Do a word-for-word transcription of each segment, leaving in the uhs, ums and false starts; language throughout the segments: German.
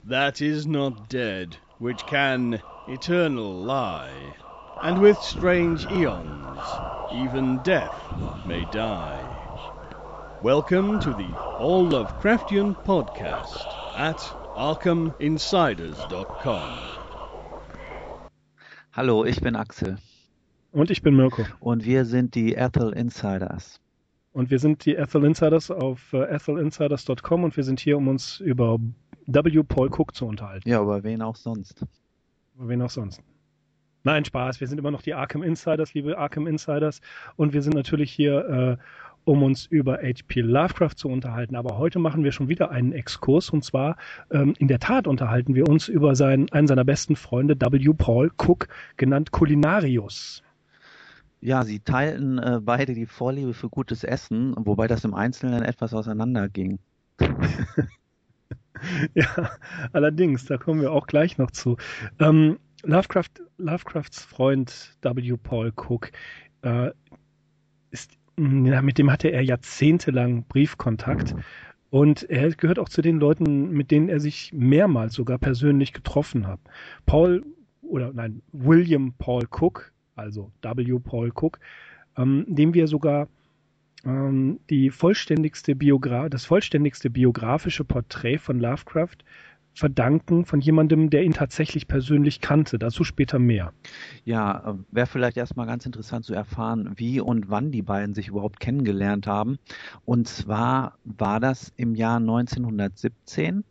that is not dead, which can eternal lie, and with strange aeons even death may die. Welcome to the All Lovecraftian Podcast at arkham insiders dot com. Hallo, ich bin Axel. Und ich bin Mirko. Und wir sind die Ethel Insiders. Und wir sind die Ethel Insiders auf äh, ethel insiders dot com und wir sind hier, um uns über W. Paul Cook zu unterhalten. Ja, über wen auch sonst. Über wen auch sonst. Nein, Spaß. Wir sind immer noch die Arkham Insiders, liebe Arkham Insiders. Und wir sind natürlich hier, äh, um uns über H P Lovecraft zu unterhalten. Aber heute machen wir schon wieder einen Exkurs. Und zwar, ähm, in der Tat unterhalten wir uns über seinen, einen seiner besten Freunde, W. Paul Cook, genannt Culinarius. Ja, sie teilten äh, beide die Vorliebe für gutes Essen, wobei das im Einzelnen etwas auseinanderging. Ja, allerdings, da kommen wir auch gleich noch zu. Ähm, Lovecraft, Lovecrafts Freund W. Paul Cook, äh, ist, ja, mit dem hatte er jahrzehntelang Briefkontakt und er gehört auch zu den Leuten, mit denen er sich mehrmals sogar persönlich getroffen hat. Paul, oder nein, William Paul Cook, also W. Paul Cook, ähm, dem wir sogar ähm, die vollständigste Biogra- das vollständigste biografische Porträt von Lovecraft verdanken von jemandem, der ihn tatsächlich persönlich kannte. Dazu später mehr. Ja, wäre vielleicht erstmal ganz interessant zu erfahren, wie und wann die beiden sich überhaupt kennengelernt haben. Und zwar war das im Jahr neunzehnhundertsiebzehn.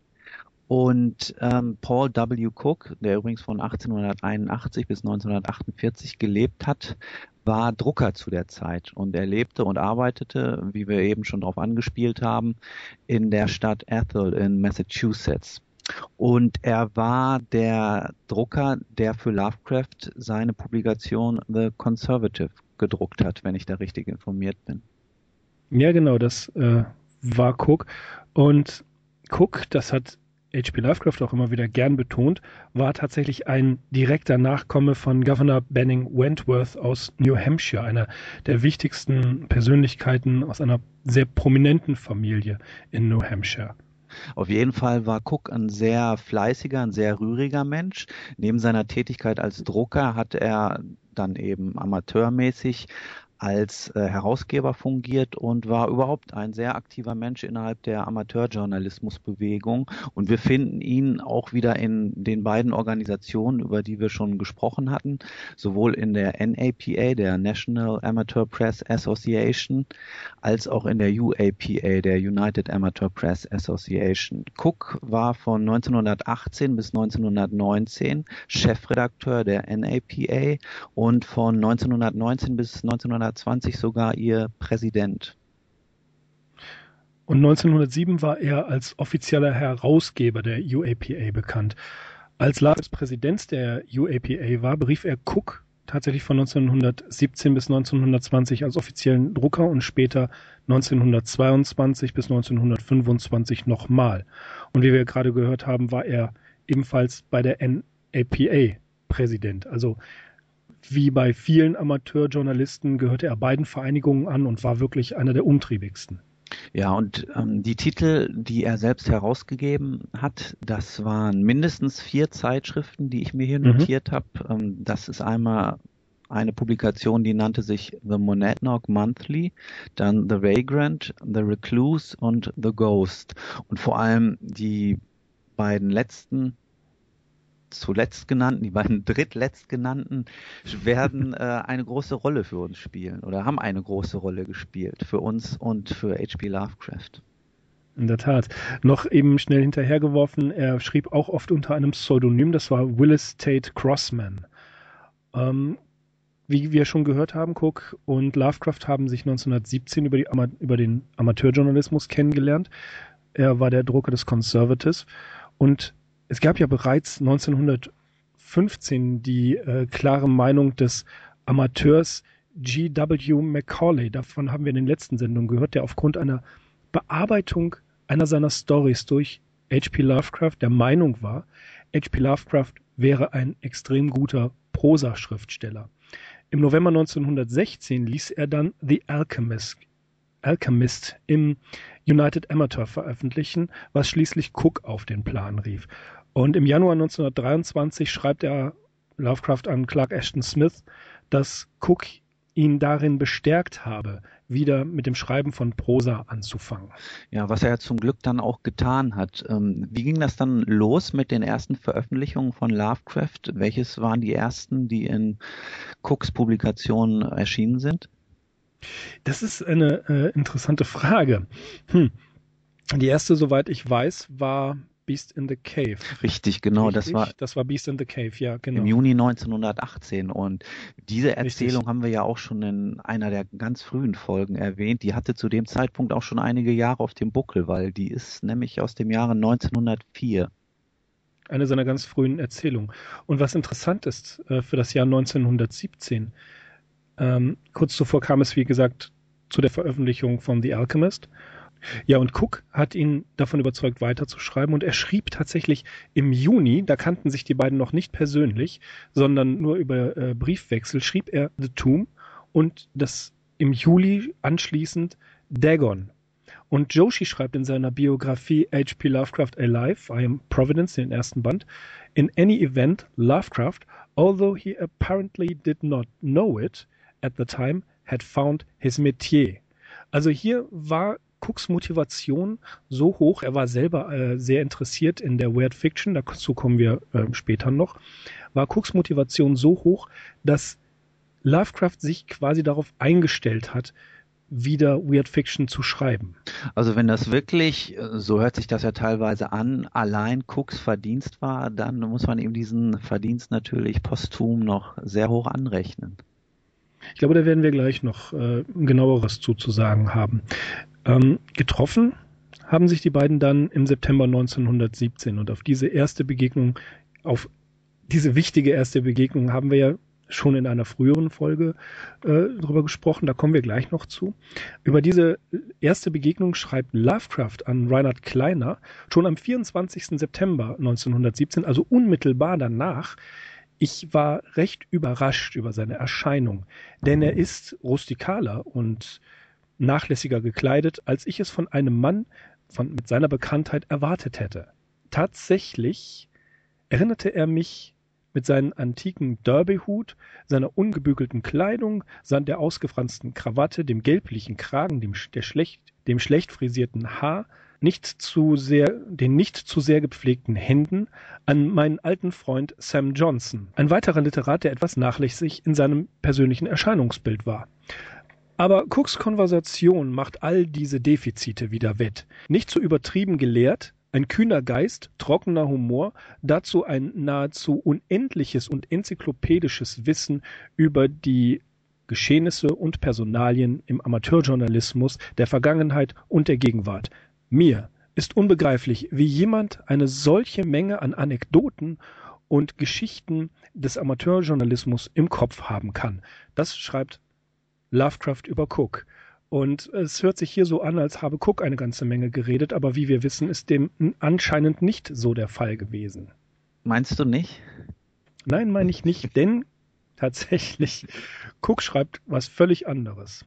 Und ähm, Paul W. Cook, der übrigens von achtzehnhunderteinundachtzig bis neunzehnhundertachtundvierzig gelebt hat, war Drucker zu der Zeit. Und er lebte und arbeitete, wie wir eben schon darauf angespielt haben, in der Stadt Ethel in Massachusetts. Und er war der Drucker, der für Lovecraft seine Publikation The Conservative gedruckt hat, wenn ich da richtig informiert bin. Ja, genau, das äh, war Cook. Und Cook, das hat H P Lovecraft auch immer wieder gern betont, war tatsächlich ein direkter Nachkomme von Governor Benning Wentworth aus New Hampshire, einer der wichtigsten Persönlichkeiten aus einer sehr prominenten Familie in New Hampshire. Auf jeden Fall war Cook ein sehr fleißiger, ein sehr rühriger Mensch. Neben seiner Tätigkeit als Drucker hat er dann eben amateurmäßig als äh, Herausgeber fungiert und war überhaupt ein sehr aktiver Mensch innerhalb der Amateurjournalismusbewegung. Und wir finden ihn auch wieder in den beiden Organisationen, über die wir schon gesprochen hatten, sowohl in der N A P A, der National Amateur Press Association, als auch in der U A P A, der United Amateur Press Association. Cook war von neunzehnhundertachtzehn bis neunzehnhundertneunzehn Chefredakteur der N A P A und von neunzehnhundertneunzehn bis neunzehnhundertzwanzig sogar ihr Präsident. Und neunzehnhundertsieben war er als offizieller Herausgeber der U A P A bekannt. Als Lovecrafts Präsident der U A P A war, berief er Cook tatsächlich von neunzehnhundertsiebzehn bis neunzehnhundertzwanzig als offiziellen Drucker und später neunzehnhundertzweiundzwanzig bis neunzehnhundertfünfundzwanzig nochmal. Und wie wir gerade gehört haben, war er ebenfalls bei der N A P A Präsident. Also wie bei vielen Amateurjournalisten gehörte er beiden Vereinigungen an und war wirklich einer der umtriebigsten. Ja, und ähm, die Titel, die er selbst herausgegeben hat, das waren mindestens vier Zeitschriften, die ich mir hier Mhm. notiert habe. Ähm, das ist einmal eine Publikation, die nannte sich The Monadnock Monthly, dann The Vagrant, The Recluse und The Ghost. Und vor allem die beiden letzten zuletzt genannten, die beiden drittletzt genannten, werden äh, eine große Rolle für uns spielen oder haben eine große Rolle gespielt für uns und für H P Lovecraft. In der Tat. Noch eben schnell hinterhergeworfen, er schrieb auch oft unter einem Pseudonym, das war Willis Tate Crossman. Ähm, wie wir schon gehört haben, Cook und Lovecraft haben sich neunzehnhundertsiebzehn über, die Ama- über den Amateurjournalismus kennengelernt. Er war der Drucker des Conservatives und es gab ja bereits neunzehnhundertfünfzehn die äh, klare Meinung des Amateurs G W Macaulay. Davon haben wir in den letzten Sendungen gehört, der aufgrund einer Bearbeitung einer seiner Stories durch H P Lovecraft der Meinung war, H P Lovecraft wäre ein extrem guter Prosaschriftsteller. Im November neunzehnhundertsechzehn ließ er dann The Alchemist, Alchemist im United Amateur veröffentlichen, was schließlich Cook auf den Plan rief. Und im Januar neunzehnhundertdreiundzwanzig schreibt er Lovecraft an Clark Ashton Smith, dass Cook ihn darin bestärkt habe, wieder mit dem Schreiben von Prosa anzufangen. Ja, was er zum Glück dann auch getan hat. Ähm, wie ging das dann los mit den ersten Veröffentlichungen von Lovecraft? Welches waren die ersten, die in Cooks Publikationen erschienen sind? Das ist eine äh, interessante Frage. Hm. Die erste, soweit ich weiß, war Beast in the Cave. Richtig, genau. Richtig? Das war, das war Beast in the Cave, ja, genau. Im Juni neunzehnhundertachtzehn. Und diese Erzählung Richtig. haben wir ja auch schon in einer der ganz frühen Folgen erwähnt. Die hatte zu dem Zeitpunkt auch schon einige Jahre auf dem Buckel, weil die ist nämlich aus dem Jahre neunzehnhundertvier. Eine seiner ganz frühen Erzählungen. Und was interessant ist äh, für das Jahr neunzehnhundertsiebzehn, ähm, kurz zuvor kam es, wie gesagt, zu der Veröffentlichung von The Alchemist. Ja, und Cook hat ihn davon überzeugt, weiterzuschreiben. Und er schrieb tatsächlich im Juni, da kannten sich die beiden noch nicht persönlich, sondern nur über äh, Briefwechsel, schrieb er The Tomb und das im Juli anschließend Dagon. Und Joshi schreibt in seiner Biografie H P Lovecraft Alive, I Am Providence, den ersten Band, in any event, Lovecraft, although he apparently did not know it at the time, had found his métier. Also hier war Cooks Motivation so hoch, er war selber äh, sehr interessiert in der Weird Fiction, dazu kommen wir äh, später noch, war Cooks Motivation so hoch, dass Lovecraft sich quasi darauf eingestellt hat, wieder Weird Fiction zu schreiben. Also wenn das wirklich, so hört sich das ja teilweise an, allein Cooks Verdienst war, dann muss man ihm diesen Verdienst natürlich posthum noch sehr hoch anrechnen. Ich glaube, da werden wir gleich noch äh, genaueres zu, zu sagen haben. Ähm, getroffen haben sich die beiden dann im September neunzehnhundertsiebzehn und auf diese erste Begegnung, auf diese wichtige erste Begegnung haben wir ja schon in einer früheren Folge äh, drüber gesprochen, da kommen wir gleich noch zu. Über diese erste Begegnung schreibt Lovecraft an Reinhard Kleiner schon am vierundzwanzigsten September neunzehnhundertsiebzehn, also unmittelbar danach. Ich war recht überrascht über seine Erscheinung, denn er ist rustikaler und nachlässiger gekleidet, als ich es von einem Mann von, mit seiner Bekanntheit erwartet hätte. Tatsächlich erinnerte er mich mit seinem antiken Derby-Hut, seiner ungebügelten Kleidung, der ausgefransten Krawatte, dem gelblichen Kragen, dem, der schlecht, dem schlecht frisierten Haar, nicht zu sehr, den nicht zu sehr gepflegten Händen an meinen alten Freund Sam Johnson, ein weiterer Literat, der etwas nachlässig in seinem persönlichen Erscheinungsbild war. Aber Cooks Konversation macht all diese Defizite wieder wett. Nicht zu übertrieben gelehrt, ein kühner Geist, trockener Humor, dazu ein nahezu unendliches und enzyklopädisches Wissen über die Geschehnisse und Personalien im Amateurjournalismus der Vergangenheit und der Gegenwart. Mir ist unbegreiflich, wie jemand eine solche Menge an Anekdoten und Geschichten des Amateurjournalismus im Kopf haben kann. Das schreibt Lovecraft über Cook. Und es hört sich hier so an, als habe Cook eine ganze Menge geredet, aber wie wir wissen, ist dem anscheinend nicht so der Fall gewesen. Meinst du nicht? Nein, meine ich nicht, denn tatsächlich, Cook schreibt was völlig anderes.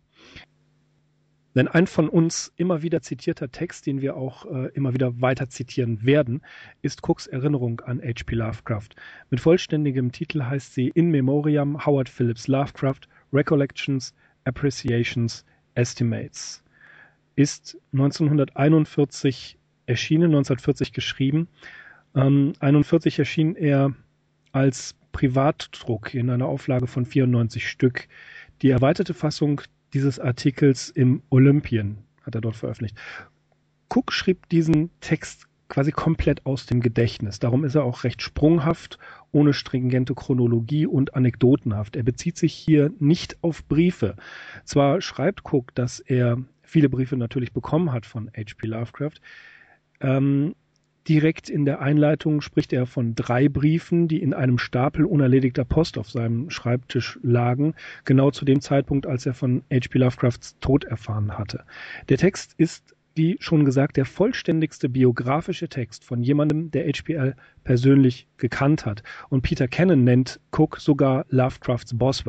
Denn ein von uns immer wieder zitierter Text, den wir auch äh, immer wieder weiter zitieren werden, ist Cooks Erinnerung an H P Lovecraft. Mit vollständigem Titel heißt sie In Memoriam Howard Phillips Lovecraft, Recollections, Appreciations, Estimates. Ist neunzehnhunderteinundvierzig erschienen, neunzehnhundertvierzig geschrieben. Ähm, einundvierzig erschien er als Privatdruck in einer Auflage von vierundneunzig Stück. Die erweiterte Fassung dieses Artikels im Olympien hat er dort veröffentlicht. Cook schrieb diesen Text quasi komplett aus dem Gedächtnis. Darum ist er auch recht sprunghaft, ohne stringente Chronologie und anekdotenhaft. Er bezieht sich hier nicht auf Briefe. Zwar schreibt Cook, dass er viele Briefe natürlich bekommen hat von H P Lovecraft. Ähm, direkt in der Einleitung spricht er von drei Briefen, die in einem Stapel unerledigter Post auf seinem Schreibtisch lagen, genau zu dem Zeitpunkt, als er von H P Lovecrafts Tod erfahren hatte. Der Text ist, wie schon gesagt, der vollständigste biografische Text von jemandem, der H P L persönlich gekannt hat. Und Peter Cannon nennt Cook sogar Lovecrafts Boswell.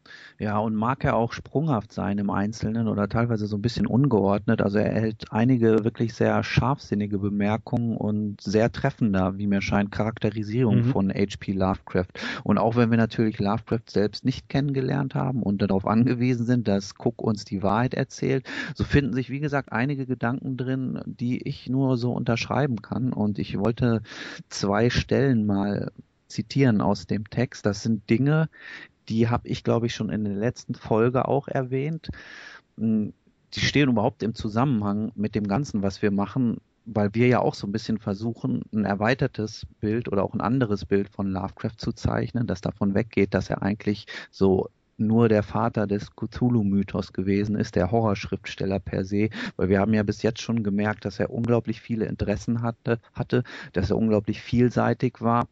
Ja, und mag er auch sprunghaft sein im Einzelnen oder teilweise so ein bisschen ungeordnet. Also er hält einige wirklich sehr scharfsinnige Bemerkungen und sehr treffender, wie mir scheint, Charakterisierung Mhm. von H P Lovecraft. Und auch wenn wir natürlich Lovecraft selbst nicht kennengelernt haben und darauf angewiesen sind, dass Cook uns die Wahrheit erzählt, so finden sich, wie gesagt, einige Gedanken drin, die ich nur so unterschreiben kann. Und ich wollte zwei Stellen mal zitieren aus dem Text. Das sind Dinge, die habe ich, glaube ich, schon in der letzten Folge auch erwähnt. Die stehen überhaupt im Zusammenhang mit dem Ganzen, was wir machen, weil wir ja auch so ein bisschen versuchen, ein erweitertes Bild oder auch ein anderes Bild von Lovecraft zu zeichnen, das davon weggeht, dass er eigentlich so nur der Vater des Cthulhu-Mythos gewesen ist, der Horrorschriftsteller per se, weil wir haben ja bis jetzt schon gemerkt, dass er unglaublich viele Interessen hatte, hatte, dass er unglaublich vielseitig war.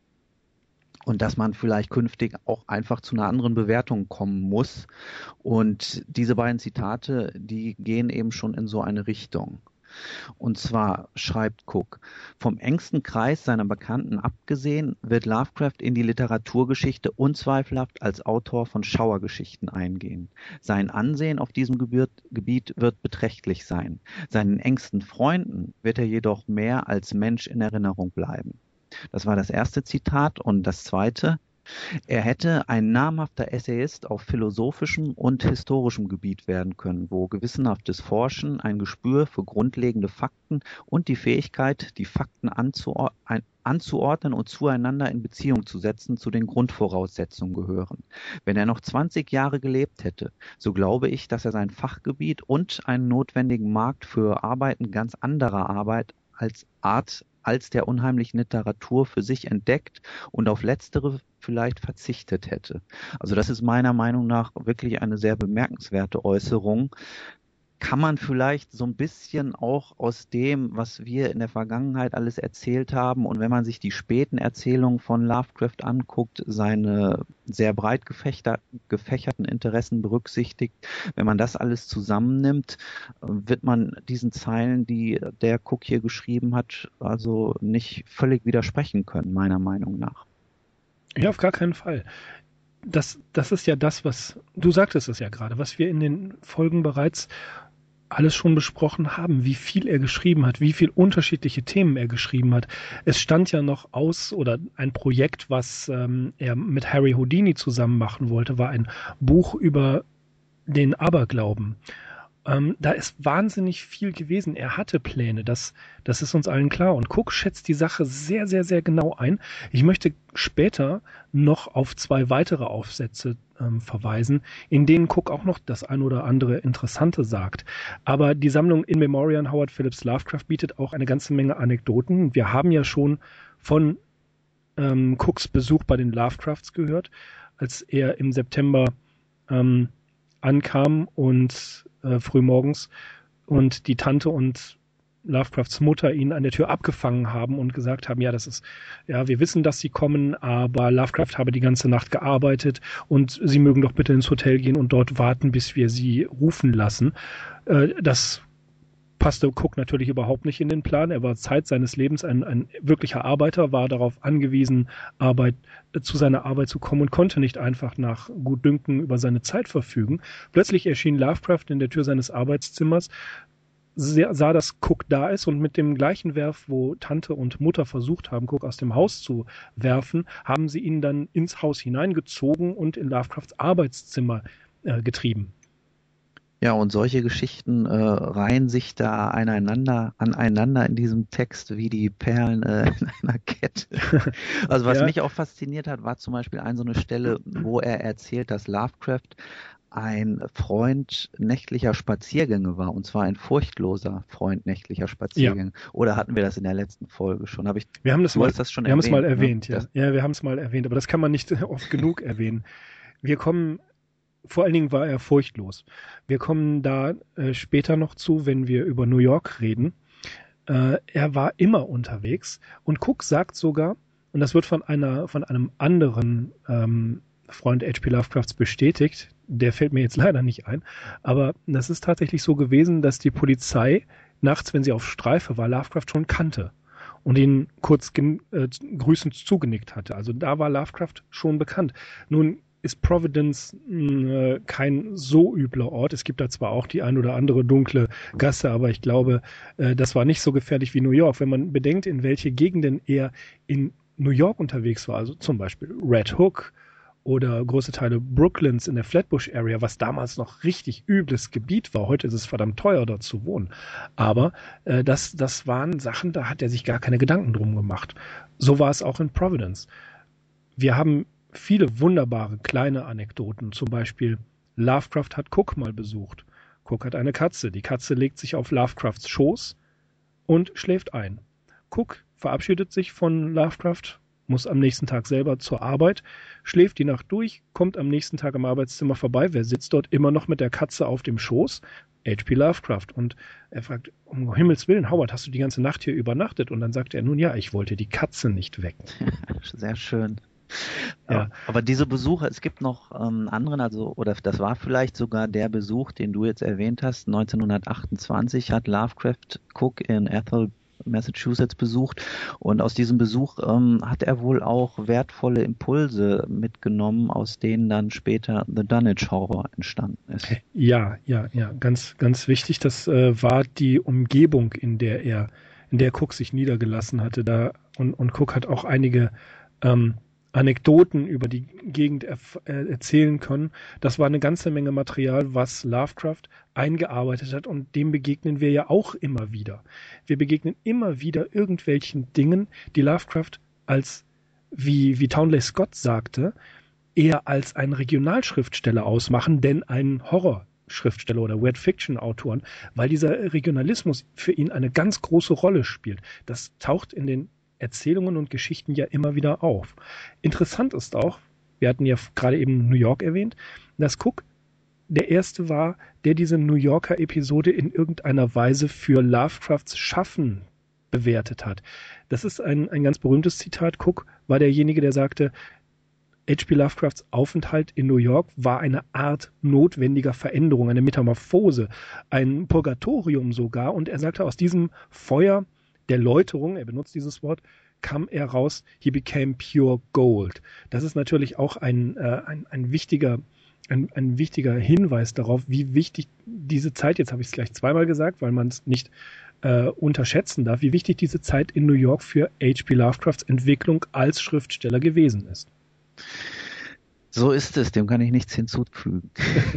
Und dass man vielleicht künftig auch einfach zu einer anderen Bewertung kommen muss. Und diese beiden Zitate, die gehen eben schon in so eine Richtung. Und zwar schreibt Cook: Vom engsten Kreis seiner Bekannten abgesehen, wird Lovecraft in die Literaturgeschichte unzweifelhaft als Autor von Schauergeschichten eingehen. Sein Ansehen auf diesem Gebiet wird beträchtlich sein. Seinen engsten Freunden wird er jedoch mehr als Mensch in Erinnerung bleiben. Das war das erste Zitat. Und das zweite: Er hätte ein namhafter Essayist auf philosophischem und historischem Gebiet werden können, wo gewissenhaftes Forschen, ein Gespür für grundlegende Fakten und die Fähigkeit, die Fakten anzuor- ein- anzuordnen und zueinander in Beziehung zu setzen, zu den Grundvoraussetzungen gehören. Wenn er noch zwanzig Jahre gelebt hätte, so glaube ich, dass er sein Fachgebiet und einen notwendigen Markt für Arbeiten ganz anderer Arbeit als Art als der unheimlichen Literatur für sich entdeckt und auf letztere vielleicht verzichtet hätte. Also das ist meiner Meinung nach wirklich eine sehr bemerkenswerte Äußerung. Kann man vielleicht so ein bisschen auch aus dem, was wir in der Vergangenheit alles erzählt haben, und wenn man sich die späten Erzählungen von Lovecraft anguckt, seine sehr breit gefächer, gefächerten Interessen berücksichtigt, wenn man das alles zusammennimmt, wird man diesen Zeilen, die der Cook hier geschrieben hat, also nicht völlig widersprechen können, meiner Meinung nach. Ja, auf gar keinen Fall. Das, das ist ja das, was, du sagtest es ja gerade, was wir in den Folgen bereits alles schon besprochen haben, wie viel er geschrieben hat, wie viel unterschiedliche Themen er geschrieben hat. Es stand ja noch aus, oder ein Projekt, was ähm, er mit Harry Houdini zusammen machen wollte, war ein Buch über den Aberglauben. Ähm, da ist wahnsinnig viel gewesen. Er hatte Pläne, das, das ist uns allen klar. Und Cook schätzt die Sache sehr, sehr, sehr genau ein. Ich möchte später noch auf zwei weitere Aufsätze ähm, verweisen, in denen Cook auch noch das ein oder andere Interessante sagt. Aber die Sammlung In Memoriam Howard Phillips Lovecraft bietet auch eine ganze Menge Anekdoten. Wir haben ja schon von ähm, Cooks Besuch bei den Lovecrafts gehört, als er im September ähm, ankam und äh, frühmorgens und die Tante und Lovecrafts Mutter ihn an der Tür abgefangen haben und gesagt haben, ja, das ist, ja, wir wissen, dass sie kommen, aber Lovecraft habe die ganze Nacht gearbeitet und sie mögen doch bitte ins Hotel gehen und dort warten, bis wir sie rufen lassen. Äh, das passte Cook natürlich überhaupt nicht in den Plan. Er war Zeit seines Lebens ein, ein wirklicher Arbeiter, war darauf angewiesen, Arbeit, äh, zu seiner Arbeit zu kommen und konnte nicht einfach nach Gutdünken über seine Zeit verfügen. Plötzlich erschien Lovecraft in der Tür seines Arbeitszimmers, sah, dass Cook da ist, und mit dem gleichen Werf, wo Tante und Mutter versucht haben, Cook aus dem Haus zu werfen, haben sie ihn dann ins Haus hineingezogen und in Lovecrafts Arbeitszimmer äh, getrieben. Ja, und solche Geschichten äh, reihen sich da aneinander, aneinander in diesem Text wie die Perlen äh, in einer Kette. Also was Ja. mich auch fasziniert hat, war zum Beispiel eine so eine Stelle, wo er erzählt, dass Lovecraft ein Freund nächtlicher Spaziergänge war, und zwar ein furchtloser Freund nächtlicher Spaziergänge. Ja. Oder hatten wir das in der letzten Folge schon? Hab ich, wir haben das du mal, hast das schon wir haben erwähnt, es mal ne? erwähnt, ja. Das, ja, wir haben es mal erwähnt, aber das kann man nicht oft genug erwähnen. Wir kommen Vor allen Dingen war er furchtlos. Wir kommen da äh, später noch zu, wenn wir über New York reden. Äh, er war immer unterwegs, und Cook sagt sogar, und das wird von einer, von einem anderen ähm, Freund H P Lovecrafts bestätigt, der fällt mir jetzt leider nicht ein, aber das ist tatsächlich so gewesen, dass die Polizei nachts, wenn sie auf Streife war, Lovecraft schon kannte und ihn kurz gen- äh, grüßend zugenickt hatte. Also da war Lovecraft schon bekannt. Nun ist Providence mh, kein so übler Ort. Es gibt da zwar auch die ein oder andere dunkle Gasse, aber ich glaube, äh, das war nicht so gefährlich wie New York. Wenn man bedenkt, in welche Gegenden er in New York unterwegs war, also zum Beispiel Red Hook oder große Teile Brooklyns in der Flatbush Area, was damals noch richtig übles Gebiet war. Heute ist es verdammt teuer, dort zu wohnen. Aber äh, das, das waren Sachen, da hat er sich gar keine Gedanken drum gemacht. So war es auch in Providence. Wir haben viele wunderbare kleine Anekdoten. Zum Beispiel Lovecraft hat Cook mal besucht. Cook hat eine Katze. Die Katze legt sich auf Lovecrafts Schoß und schläft ein. Cook verabschiedet sich von Lovecraft, muss am nächsten Tag selber zur Arbeit, schläft die Nacht durch, kommt am nächsten Tag im Arbeitszimmer vorbei. Wer sitzt dort immer noch mit der Katze auf dem Schoß? H P Lovecraft. Und er fragt, um Himmels Willen, Howard, hast du die ganze Nacht hier übernachtet? Und dann sagt er, nun ja, ich wollte die Katze nicht wecken. Sehr schön. Ja. Aber diese Besuche, es gibt noch ähm, anderen, also, oder das war vielleicht sogar der Besuch, den du jetzt erwähnt hast. neunzehnhundertachtundzwanzig hat Lovecraft Cook in Ethel, Massachusetts besucht, und aus diesem Besuch ähm, hat er wohl auch wertvolle Impulse mitgenommen, aus denen dann später The Dunwich Horror entstanden ist. Ja, ja, ja, ganz, ganz wichtig. Das äh, war die Umgebung, in der er, in der Cook sich niedergelassen hatte. Da und, und Cook hat auch einige ähm, Anekdoten über die Gegend erf- äh, erzählen können. Das war eine ganze Menge Material, was Lovecraft eingearbeitet hat, und dem begegnen wir ja auch immer wieder. Wir begegnen immer wieder irgendwelchen Dingen, die Lovecraft als, wie, wie Townley Scott sagte, eher als einen Regionalschriftsteller ausmachen, denn einen Horrorschriftsteller oder Weird-Fiction-Autoren, weil dieser Regionalismus für ihn eine ganz große Rolle spielt. Das taucht in den Erzählungen und Geschichten ja immer wieder auf. Interessant ist auch, wir hatten ja gerade eben New York erwähnt, dass Cook der Erste war, der diese New Yorker Episode in irgendeiner Weise für Lovecrafts Schaffen bewertet hat. Das ist ein, ein ganz berühmtes Zitat. Cook war derjenige, der sagte, H P Lovecrafts Aufenthalt in New York war eine Art notwendiger Veränderung, eine Metamorphose, ein Purgatorium sogar. Und er sagte, aus diesem Feuer der Läuterung, er benutzt dieses Wort, kam er raus, he became pure gold. Das ist natürlich auch ein, äh, ein, ein wichtiger Ein, ein wichtiger Hinweis darauf, wie wichtig diese Zeit, jetzt habe ich es gleich zweimal gesagt, weil man es nicht äh, unterschätzen darf, wie wichtig diese Zeit in New York für H P Lovecrafts Entwicklung als Schriftsteller gewesen ist. So ist es, dem kann ich nichts hinzufügen.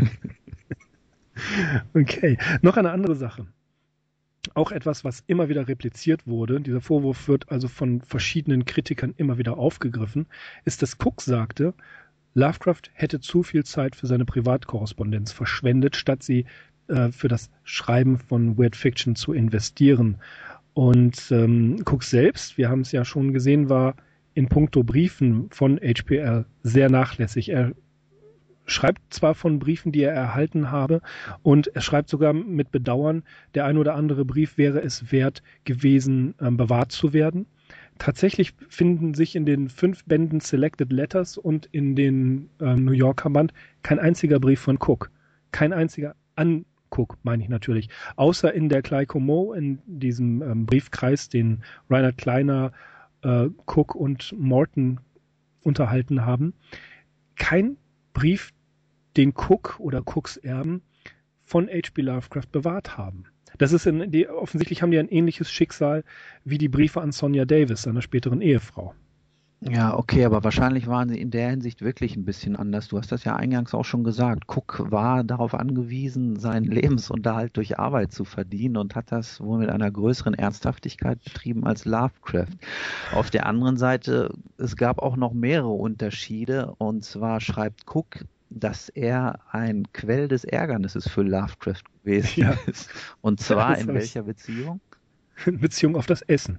Okay, noch eine andere Sache. Auch etwas, was immer wieder repliziert wurde, dieser Vorwurf wird also von verschiedenen Kritikern immer wieder aufgegriffen, ist, dass Cook sagte, Lovecraft hätte zu viel Zeit für seine Privatkorrespondenz verschwendet, statt sie äh, für das Schreiben von Weird Fiction zu investieren. Und ähm, Cook selbst, wir haben es ja schon gesehen, war in puncto Briefen von H P R sehr nachlässig. Er schreibt zwar von Briefen, die er erhalten habe, und er schreibt sogar mit Bedauern, der ein oder andere Brief wäre es wert gewesen, ähm, bewahrt zu werden. Tatsächlich finden sich in den fünf Bänden Selected Letters und in den ähm, New Yorker Band kein einziger Brief von Cook. Kein einziger an Cook, meine ich natürlich. Außer in der Clio-Mo, in diesem ähm, Briefkreis, den Reinhard Kleiner, äh, Cook und Morton unterhalten haben. Kein Brief, den Cook oder Cooks Erben von H P Lovecraft bewahrt haben. Das ist in, die, offensichtlich haben die ein ähnliches Schicksal wie die Briefe an Sonja Davis, seiner späteren Ehefrau. Ja, okay, aber wahrscheinlich waren sie in der Hinsicht wirklich ein bisschen anders. Du hast das ja eingangs auch schon gesagt. Cook war darauf angewiesen, seinen Lebensunterhalt durch Arbeit zu verdienen, und hat das wohl mit einer größeren Ernsthaftigkeit betrieben als Lovecraft. Auf der anderen Seite, es gab auch noch mehrere Unterschiede, und zwar schreibt Cook, dass er ein Quell des Ärgernisses für Lovecraft gewesen Ja. ist. Und zwar Das in heißt- welcher Beziehung? In Beziehung auf das Essen.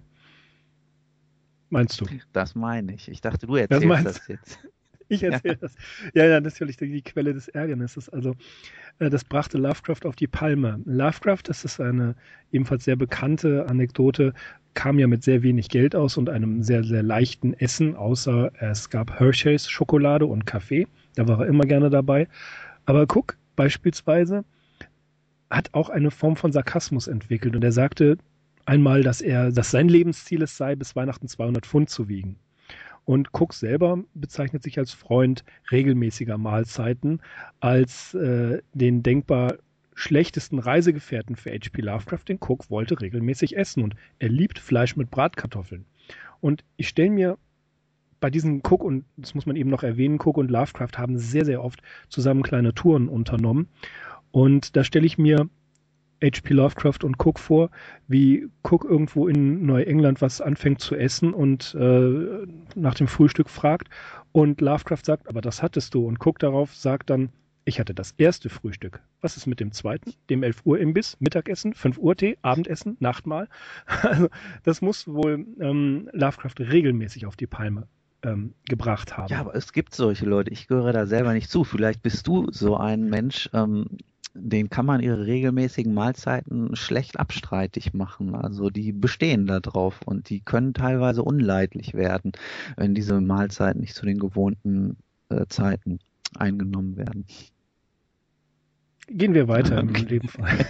Meinst du? Das meine ich. Ich dachte, du erzählst meinst das jetzt. Ich erzähle das. Ja, ja, natürlich die Quelle des Ärgernisses. Also äh, das brachte Lovecraft auf die Palme. Lovecraft, das ist eine ebenfalls sehr bekannte Anekdote, kam ja mit sehr wenig Geld aus und einem sehr, sehr leichten Essen, außer es gab Hershey's Schokolade und Kaffee. Da war er immer gerne dabei. Aber Cook beispielsweise hat auch eine Form von Sarkasmus entwickelt, und er sagte einmal, dass er, dass sein Ziel es sei, bis Weihnachten zweihundert Pfund zu wiegen. Und Cook selber bezeichnet sich als Freund regelmäßiger Mahlzeiten, als äh, den denkbar schlechtesten Reisegefährten für H P Lovecraft, den Cook wollte regelmäßig essen und er liebt Fleisch mit Bratkartoffeln. Und ich stelle mir bei diesen Cook, und das muss man eben noch erwähnen, Cook und Lovecraft haben sehr, sehr oft zusammen kleine Touren unternommen. Und da stelle ich mir H P Lovecraft und Cook vor, wie Cook irgendwo in Neuengland was anfängt zu essen und äh, nach dem Frühstück fragt und Lovecraft sagt, aber das hattest du. Und Cook darauf sagt dann, ich hatte das erste Frühstück. Was ist mit dem zweiten? Dem elf Uhr Imbiss, Mittagessen, fünf Uhr Tee, Abendessen, Nachtmahl? Also das muss wohl ähm, Lovecraft regelmäßig auf die Palme ähm, gebracht haben. Ja, aber es gibt solche Leute. Ich gehöre da selber nicht zu. Vielleicht bist du so ein Mensch, ähm, den kann man ihre regelmäßigen Mahlzeiten schlecht abstreitig machen. Also die bestehen da drauf und die können teilweise unleidlich werden, wenn diese Mahlzeiten nicht zu den gewohnten äh, Zeiten eingenommen werden. Gehen wir weiter Okay. im Lebenfall.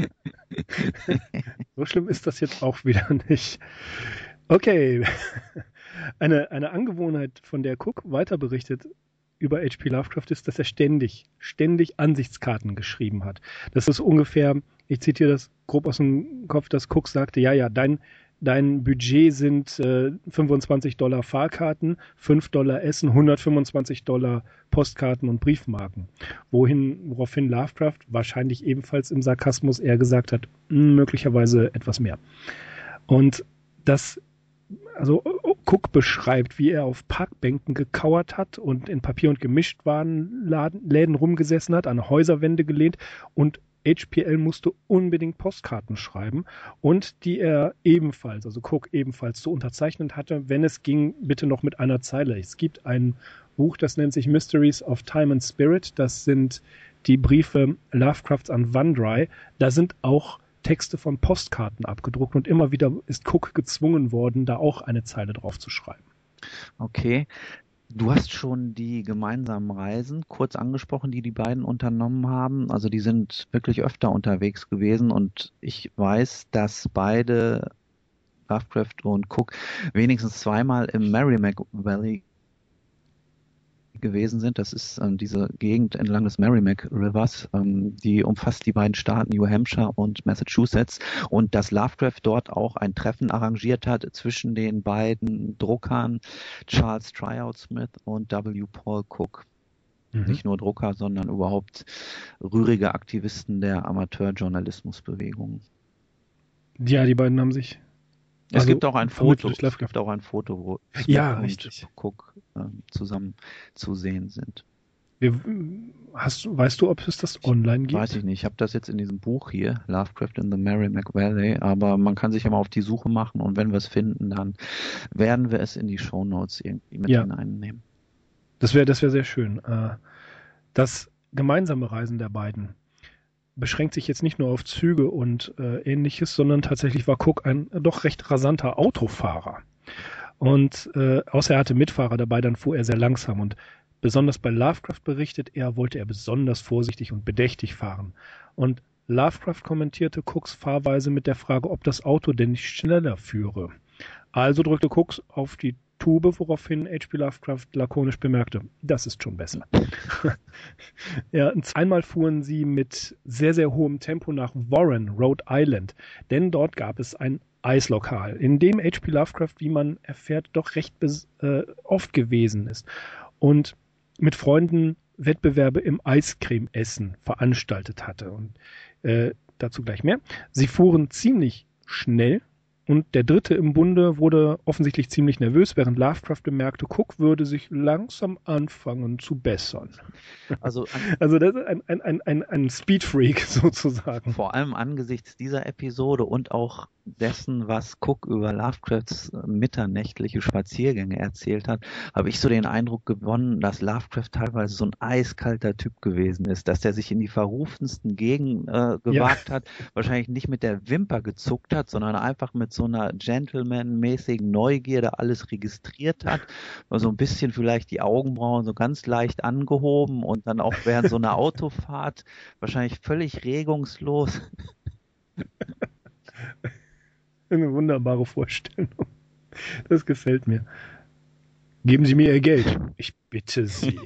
So schlimm ist das jetzt auch wieder nicht. Okay. Eine, eine Angewohnheit, von der Cook weiter berichtet über H P Lovecraft, ist, dass er ständig, ständig Ansichtskarten geschrieben hat. Das ist ungefähr, ich zitiere das grob aus dem Kopf, dass Cook sagte, ja, ja, dein, dein Budget sind äh, fünfundzwanzig Dollar Fahrkarten, fünf Dollar Essen, hundertfünfundzwanzig Dollar Postkarten und Briefmarken. Wohin, woraufhin Lovecraft wahrscheinlich ebenfalls im Sarkasmus eher gesagt hat, möglicherweise etwas mehr. Und das Also Cook beschreibt, wie er auf Parkbänken gekauert hat und in Papier- und Gemischtwarenläden rumgesessen hat, an Häuserwände gelehnt und H P L musste unbedingt Postkarten schreiben und die er ebenfalls, also Cook ebenfalls zu unterzeichnen hatte, wenn es ging, bitte noch mit einer Zeile. Es gibt ein Buch, das nennt sich Mysteries of Time and Spirit. Das sind die Briefe Lovecrafts an Wandrei. Da sind auch Texte von Postkarten abgedruckt und immer wieder ist Cook gezwungen worden, da auch eine Zeile drauf zu schreiben. Okay. Du hast schon die gemeinsamen Reisen kurz angesprochen, die die beiden unternommen haben. Also die sind wirklich öfter unterwegs gewesen und ich weiß, dass beide, Lovecraft und Cook, wenigstens zweimal im Merrimack Valley gewesen sind. Das ist ähm, diese Gegend entlang des Merrimack Rivers, ähm, die umfasst die beiden Staaten New Hampshire und Massachusetts und dass Lovecraft dort auch ein Treffen arrangiert hat zwischen den beiden Druckern Charles Tryout Smith und W. Paul Cook. Mhm. Nicht nur Drucker, sondern überhaupt rührige Aktivisten der Amateurjournalismusbewegung. Ja, die beiden haben sich Es also gibt auch ein Foto, es gibt auch ein Foto, wo Smith ja, und richtig. Cook äh, zusammen zu sehen sind. Wir, hast, weißt du, ob es das online gibt? Weiß ich nicht. Ich habe das jetzt in diesem Buch hier, Lovecraft in the Merrimack Valley, aber man kann sich ja mal auf die Suche machen und wenn wir es finden, dann werden wir es in die Shownotes irgendwie mit ja. hineinnehmen. Das wäre das wäre sehr schön. Das gemeinsame Reisen der beiden beschränkt sich jetzt nicht nur auf Züge und äh, ähnliches, sondern tatsächlich war Cook ein äh, doch recht rasanter Autofahrer. Und äh, außer er hatte Mitfahrer dabei, dann fuhr er sehr langsam. Und besonders bei Lovecraft berichtet er, wollte er besonders vorsichtig und bedächtig fahren. Und Lovecraft kommentierte Cooks Fahrweise mit der Frage, ob das Auto denn nicht schneller führe. Also drückte Cook auf die Tube, woraufhin H P Lovecraft lakonisch bemerkte, das ist schon besser. Ja, einmal fuhren sie mit sehr, sehr hohem Tempo nach Warren, Rhode Island, denn dort gab es ein Eislokal, in dem H P Lovecraft, wie man erfährt, doch recht bes- äh, oft gewesen ist und mit Freunden Wettbewerbe im Eiscreme-Essen veranstaltet hatte. Und äh, dazu gleich mehr. Sie fuhren ziemlich schnell. Und der Dritte im Bunde wurde offensichtlich ziemlich nervös, während Lovecraft bemerkte, Cook würde sich langsam anfangen zu bessern. Also, also das ist ein, ein, ein, ein, ein Speedfreak sozusagen. Vor allem angesichts dieser Episode und auch dessen, was Cook über Lovecrafts mitternächtliche Spaziergänge erzählt hat, habe ich so den Eindruck gewonnen, dass Lovecraft teilweise so ein eiskalter Typ gewesen ist, dass er sich in die verrufensten Gegenden äh, gewagt ja. hat, wahrscheinlich nicht mit der Wimper gezuckt hat, sondern einfach mit so einer Gentleman-mäßigen Neugierde alles registriert hat, so ein bisschen vielleicht die Augenbrauen so ganz leicht angehoben und dann auch während so einer Autofahrt wahrscheinlich völlig regungslos. Eine wunderbare Vorstellung. Das gefällt mir. Geben Sie mir Ihr Geld. Ich bitte Sie.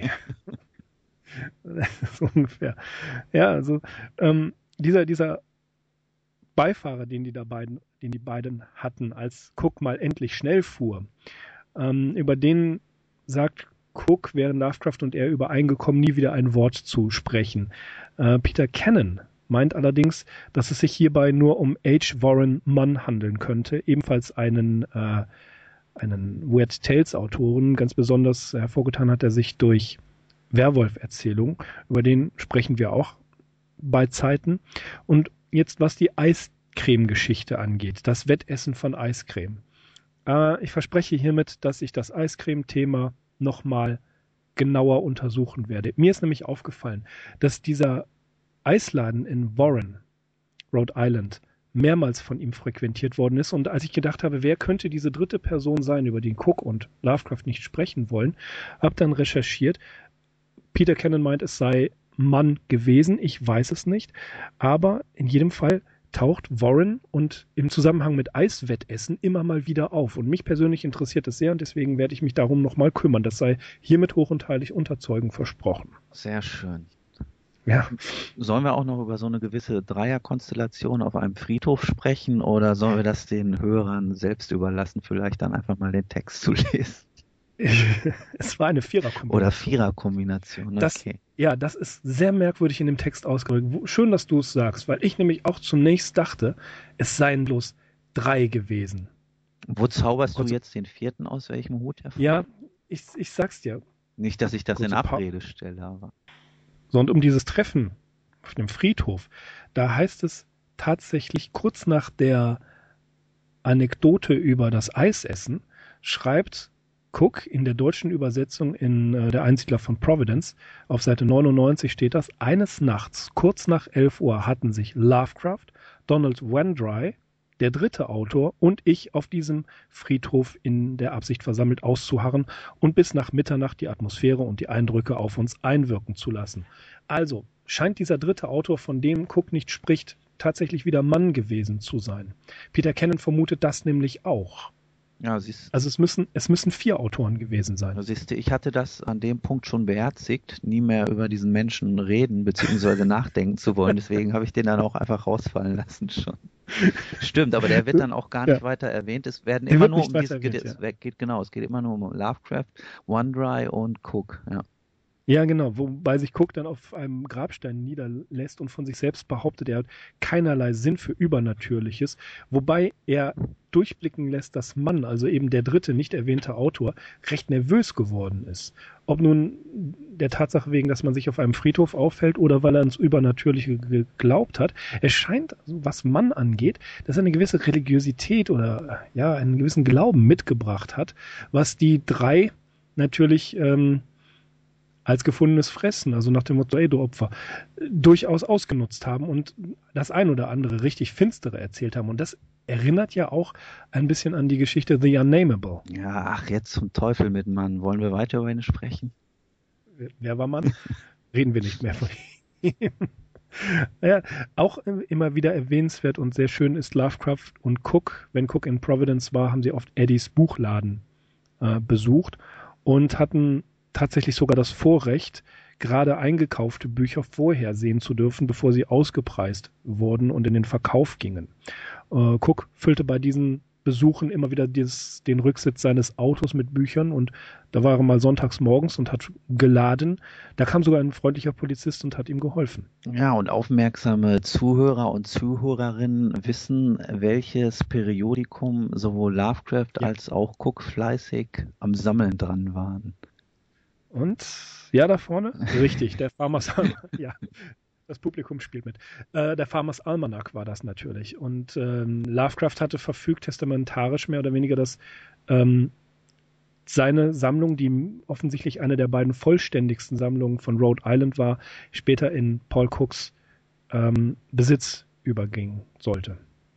So ungefähr. Ja, also ähm, dieser, dieser Beifahrer, den die da beiden, den die beiden hatten, als Cook mal endlich schnell fuhr, ähm, über den sagt Cook, wären Lovecraft und er übereingekommen, nie wieder ein Wort zu sprechen. Äh, Peter Cannon meint allerdings, dass es sich hierbei nur um H. Warren Munn handeln könnte, ebenfalls einen, äh, einen Weird Tales Autoren. Ganz besonders hervorgetan hat er sich durch Werwolf-Erzählungen, über den sprechen wir auch bei Zeiten. Und jetzt, was die Eiscreme-Geschichte angeht, das Wettessen von Eiscreme. Äh, ich verspreche hiermit, dass ich das Eiscreme-Thema nochmal genauer untersuchen werde. Mir ist nämlich aufgefallen, dass dieser Eisladen in Warren, Rhode Island, mehrmals von ihm frequentiert worden ist. Und als ich gedacht habe, wer könnte diese dritte Person sein, über den Cook und Lovecraft nicht sprechen wollen, habe dann recherchiert. Peter Cannon meint, es sei Mann gewesen. Ich weiß es nicht. Aber in jedem Fall taucht Warren und im Zusammenhang mit Eiswettessen immer mal wieder auf. Und mich persönlich interessiert es sehr und deswegen werde ich mich darum nochmal kümmern. Das sei hiermit hoch und heilig unter Zeugen versprochen. Sehr schön. Ja. Sollen wir auch noch über so eine gewisse Dreierkonstellation auf einem Friedhof sprechen oder sollen wir das den Hörern selbst überlassen, vielleicht dann einfach mal den Text zu lesen? Es war eine Viererkombination. Oder Viererkombination, okay. Das, ja, das ist sehr merkwürdig in dem Text ausgedrückt. Schön, dass du es sagst, weil ich nämlich auch zunächst dachte, es seien bloß drei gewesen. Wo zauberst Kurze, du jetzt den vierten aus welchem Hut hervor? Ja, ich, ich sag's dir. Nicht, dass ich das Kurze in Abrede stelle, aber... So, und um dieses Treffen auf dem Friedhof, da heißt es tatsächlich kurz nach der Anekdote über das Eisessen, schreibt Cook in der deutschen Übersetzung in äh, Der Einsiedler von Providence, auf Seite neunundneunzig steht das, eines Nachts, kurz nach elf Uhr, hatten sich Lovecraft, Donald Wendry, der dritte Autor und ich auf diesem Friedhof in der Absicht versammelt auszuharren und bis nach Mitternacht die Atmosphäre und die Eindrücke auf uns einwirken zu lassen. Also scheint dieser dritte Autor, von dem Cook nicht spricht, tatsächlich wieder Mann gewesen zu sein. Peter Cannon vermutet das nämlich auch. Ja, siehst, also es müssen, es müssen vier Autoren gewesen sein. Siehst du, ich hatte das an dem Punkt schon beherzigt, nie mehr über diesen Menschen reden bzw. nachdenken zu wollen. Deswegen habe ich den dann auch einfach rausfallen lassen schon. Stimmt, aber der wird dann auch gar nicht ja. weiter erwähnt. Es werden der immer nur um dieses, erwähnt, geht, ja. es geht, genau, es geht immer nur um Lovecraft, Wendry und Cook, ja. Ja, genau, wobei sich Cook dann auf einem Grabstein niederlässt und von sich selbst behauptet, er hat keinerlei Sinn für Übernatürliches, wobei er durchblicken lässt, dass Mann, also eben der dritte, nicht erwähnte Autor, recht nervös geworden ist. Ob nun der Tatsache wegen, dass man sich auf einem Friedhof aufhält oder weil er ans Übernatürliche geglaubt hat. Es scheint, was Mann angeht, dass er eine gewisse Religiosität oder ja einen gewissen Glauben mitgebracht hat, was die drei natürlich ähm, als gefundenes Fressen, also nach dem Motto, ey, du Opfer, durchaus ausgenutzt haben und das ein oder andere richtig Finstere erzählt haben. Und das erinnert ja auch ein bisschen an die Geschichte The Unnamable. Ja, ach, jetzt zum Teufel mit Mann. Wollen wir weiter über ihn sprechen? Wer war Mann? Reden wir nicht mehr von ihm. Ja, auch immer wieder erwähnenswert und sehr schön ist Lovecraft und Cook. Wenn Cook in Providence war, haben sie oft Eddies Buchladen äh, besucht und hatten tatsächlich sogar das Vorrecht, gerade eingekaufte Bücher vorher sehen zu dürfen, bevor sie ausgepreist wurden und in den Verkauf gingen. Äh, Cook füllte bei diesen Besuchen immer wieder dieses, den Rücksitz seines Autos mit Büchern und da war er mal sonntags morgens und hat geladen. Da kam sogar ein freundlicher Polizist und hat ihm geholfen. Ja, und aufmerksame Zuhörer und Zuhörerinnen wissen, welches Periodikum sowohl Lovecraft ja. als auch Cook fleißig am Sammeln dran waren. Und ja, da vorne? Richtig, der Farmers ja, das Publikum spielt mit. Äh, der Farmers Almanac war das natürlich. Und ähm, Lovecraft hatte verfügt, testamentarisch mehr oder weniger, dass ähm, seine Sammlung, die offensichtlich eine der beiden vollständigsten Sammlungen von Rhode Island war, später in Paul Cooks ähm, Besitz überging sollte.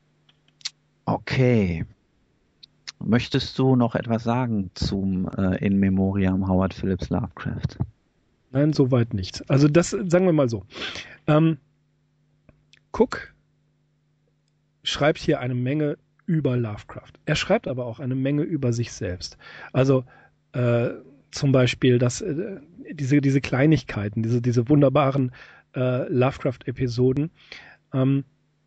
Okay. Möchtest du noch etwas sagen zum äh, In Memoriam Howard Phillips Lovecraft? Nein, soweit nicht. Also das, sagen wir mal so. Ähm, Cook schreibt hier eine Menge über Lovecraft. Er schreibt aber auch eine Menge über sich selbst. Also Äh, zum Beispiel, dass äh, diese, diese Kleinigkeiten, diese, diese wunderbaren äh, Lovecraft-Episoden, ähm,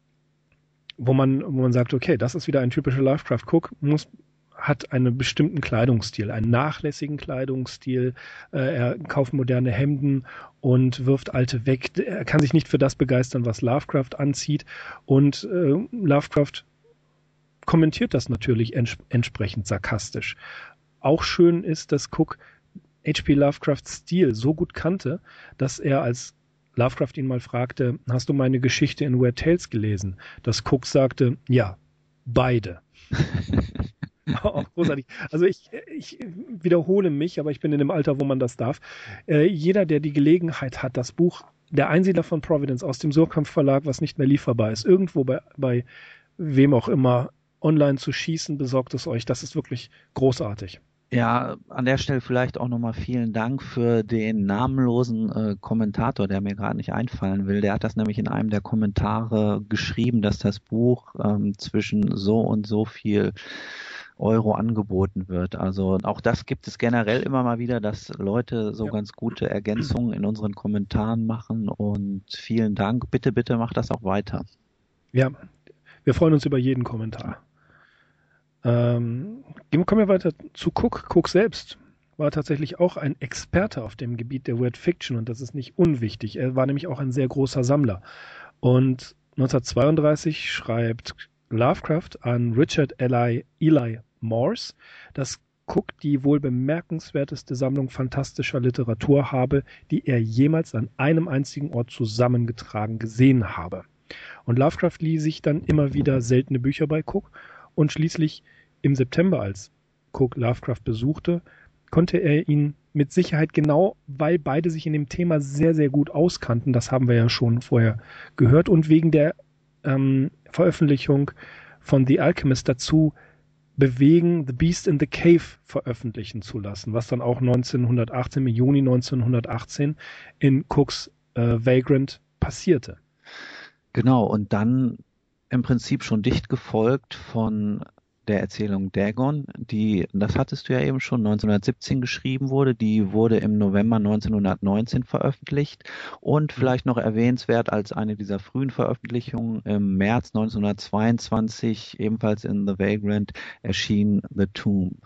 wo man, wo man sagt, okay, das ist wieder ein typischer Lovecraft-Cook, muss, hat einen bestimmten Kleidungsstil, einen nachlässigen Kleidungsstil, äh, er kauft moderne Hemden und wirft alte weg, er kann sich nicht für das begeistern, was Lovecraft anzieht, und äh, Lovecraft kommentiert das natürlich ents- entsprechend sarkastisch. Auch schön ist, dass Cook H P Lovecrafts Stil so gut kannte, dass er, als Lovecraft ihn mal fragte, hast du meine Geschichte in Weird Tales gelesen? Dass Cook sagte, ja, beide. Auch großartig. Also ich, ich wiederhole mich, aber ich bin in dem Alter, wo man das darf. Äh, jeder, der die Gelegenheit hat, das Buch Der Einsiedler von Providence aus dem Surkamp Verlag, was nicht mehr lieferbar ist, irgendwo bei, bei wem auch immer online zu schießen, besorgt es euch. Das ist wirklich großartig. Ja, an der Stelle vielleicht auch nochmal vielen Dank für den namenlosen äh, Kommentator, der mir gerade nicht einfallen will. Der hat das nämlich in einem der Kommentare geschrieben, dass das Buch ähm, zwischen so und so viel Euro angeboten wird. Also auch das gibt es generell immer mal wieder, dass Leute so ja. ganz gute Ergänzungen in unseren Kommentaren machen, und vielen Dank. Bitte, bitte macht das auch weiter. Ja, wir freuen uns über jeden Kommentar. Ähm, kommen wir weiter zu Cook. Cook selbst war tatsächlich auch ein Experte auf dem Gebiet der Weird Fiction, und das ist nicht unwichtig. Er war nämlich auch ein sehr großer Sammler. Und neunzehnhundertzweiunddreißig schreibt Lovecraft an Richard Eli, Eli Morse, dass Cook die wohl bemerkenswerteste Sammlung fantastischer Literatur habe, die er jemals an einem einzigen Ort zusammengetragen gesehen habe. Und Lovecraft lieh sich dann immer wieder seltene Bücher bei Cook, und schließlich im September, als Cook Lovecraft besuchte, konnte er ihn mit Sicherheit, genau weil beide sich in dem Thema sehr, sehr gut auskannten, das haben wir ja schon vorher gehört, und wegen der ähm, Veröffentlichung von The Alchemist dazu bewegen, The Beast in the Cave veröffentlichen zu lassen, was dann auch neunzehnhundertachtzehn, im Juni neunzehnhundertachtzehn in Cooks äh, Vagrant passierte. Genau, und dann im Prinzip schon dicht gefolgt von der Erzählung Dagon, die, das hattest du ja eben schon, neunzehnhundertsiebzehn geschrieben wurde, die wurde im November neunzehnhundertneunzehn veröffentlicht, und vielleicht noch erwähnenswert als eine dieser frühen Veröffentlichungen im März neunzehnhundertzweiundzwanzig, ebenfalls in The Vagrant, erschien The Tomb.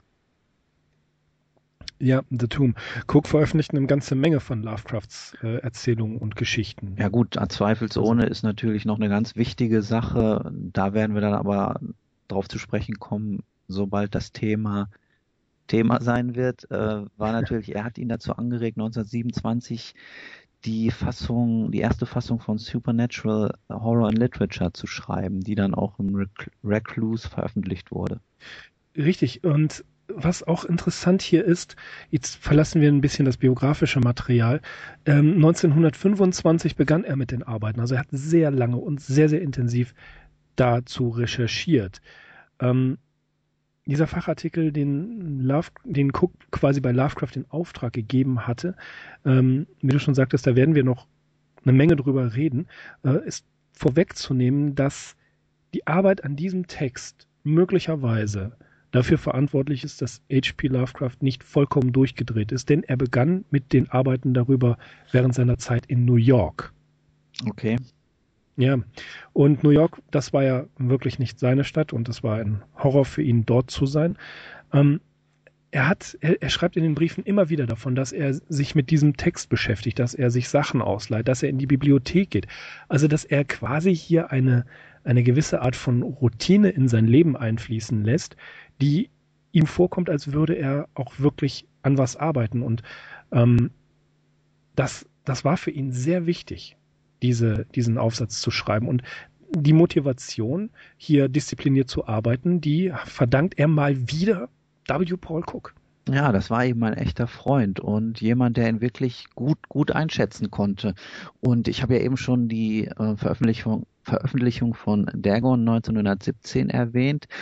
Ja, The Tomb. Cook veröffentlicht eine ganze Menge von Lovecrafts äh, Erzählungen und Geschichten. Ja gut, zweifelsohne ist natürlich noch eine ganz wichtige Sache. Da werden wir dann aber drauf zu sprechen kommen, sobald das Thema Thema sein wird, äh, war natürlich, er hat ihn dazu angeregt, neunzehnhundertsiebenundzwanzig die Fassung, die erste Fassung von Supernatural Horror and Literature zu schreiben, die dann auch im Rec- Recluse veröffentlicht wurde. Richtig, und was auch interessant hier ist, jetzt verlassen wir ein bisschen das biografische Material, ähm, neunzehnhundertfünfundzwanzig begann er mit den Arbeiten, also er hat sehr lange und sehr, sehr intensiv dazu recherchiert. Ähm, dieser Fachartikel, den, Love, den Cook quasi bei Lovecraft in Auftrag gegeben hatte, ähm, wie du schon sagtest, da werden wir noch eine Menge drüber reden, äh, ist vorwegzunehmen, dass die Arbeit an diesem Text möglicherweise dafür verantwortlich ist, dass H P Lovecraft nicht vollkommen durchgedreht ist, denn er begann mit den Arbeiten darüber während seiner Zeit in New York. Okay. Ja, und New York, das war ja wirklich nicht seine Stadt, und es war ein Horror für ihn, dort zu sein. Ähm, er hat, er, er schreibt in den Briefen immer wieder davon, dass er sich mit diesem Text beschäftigt, dass er sich Sachen ausleiht, dass er in die Bibliothek geht. Also, dass er quasi hier eine, eine gewisse Art von Routine in sein Leben einfließen lässt, die ihm vorkommt, als würde er auch wirklich an was arbeiten. Und ähm, das, das war für ihn sehr wichtig, diese, diesen Aufsatz zu schreiben. Und die Motivation, hier diszipliniert zu arbeiten, die verdankt er mal wieder W. Paul Cook. Ja, das war eben ein echter Freund und jemand, der ihn wirklich gut, gut einschätzen konnte. Und ich habe ja eben schon die äh, Veröffentlichung, Veröffentlichung von Dagon neunzehnhundertsiebzehn erwähnt.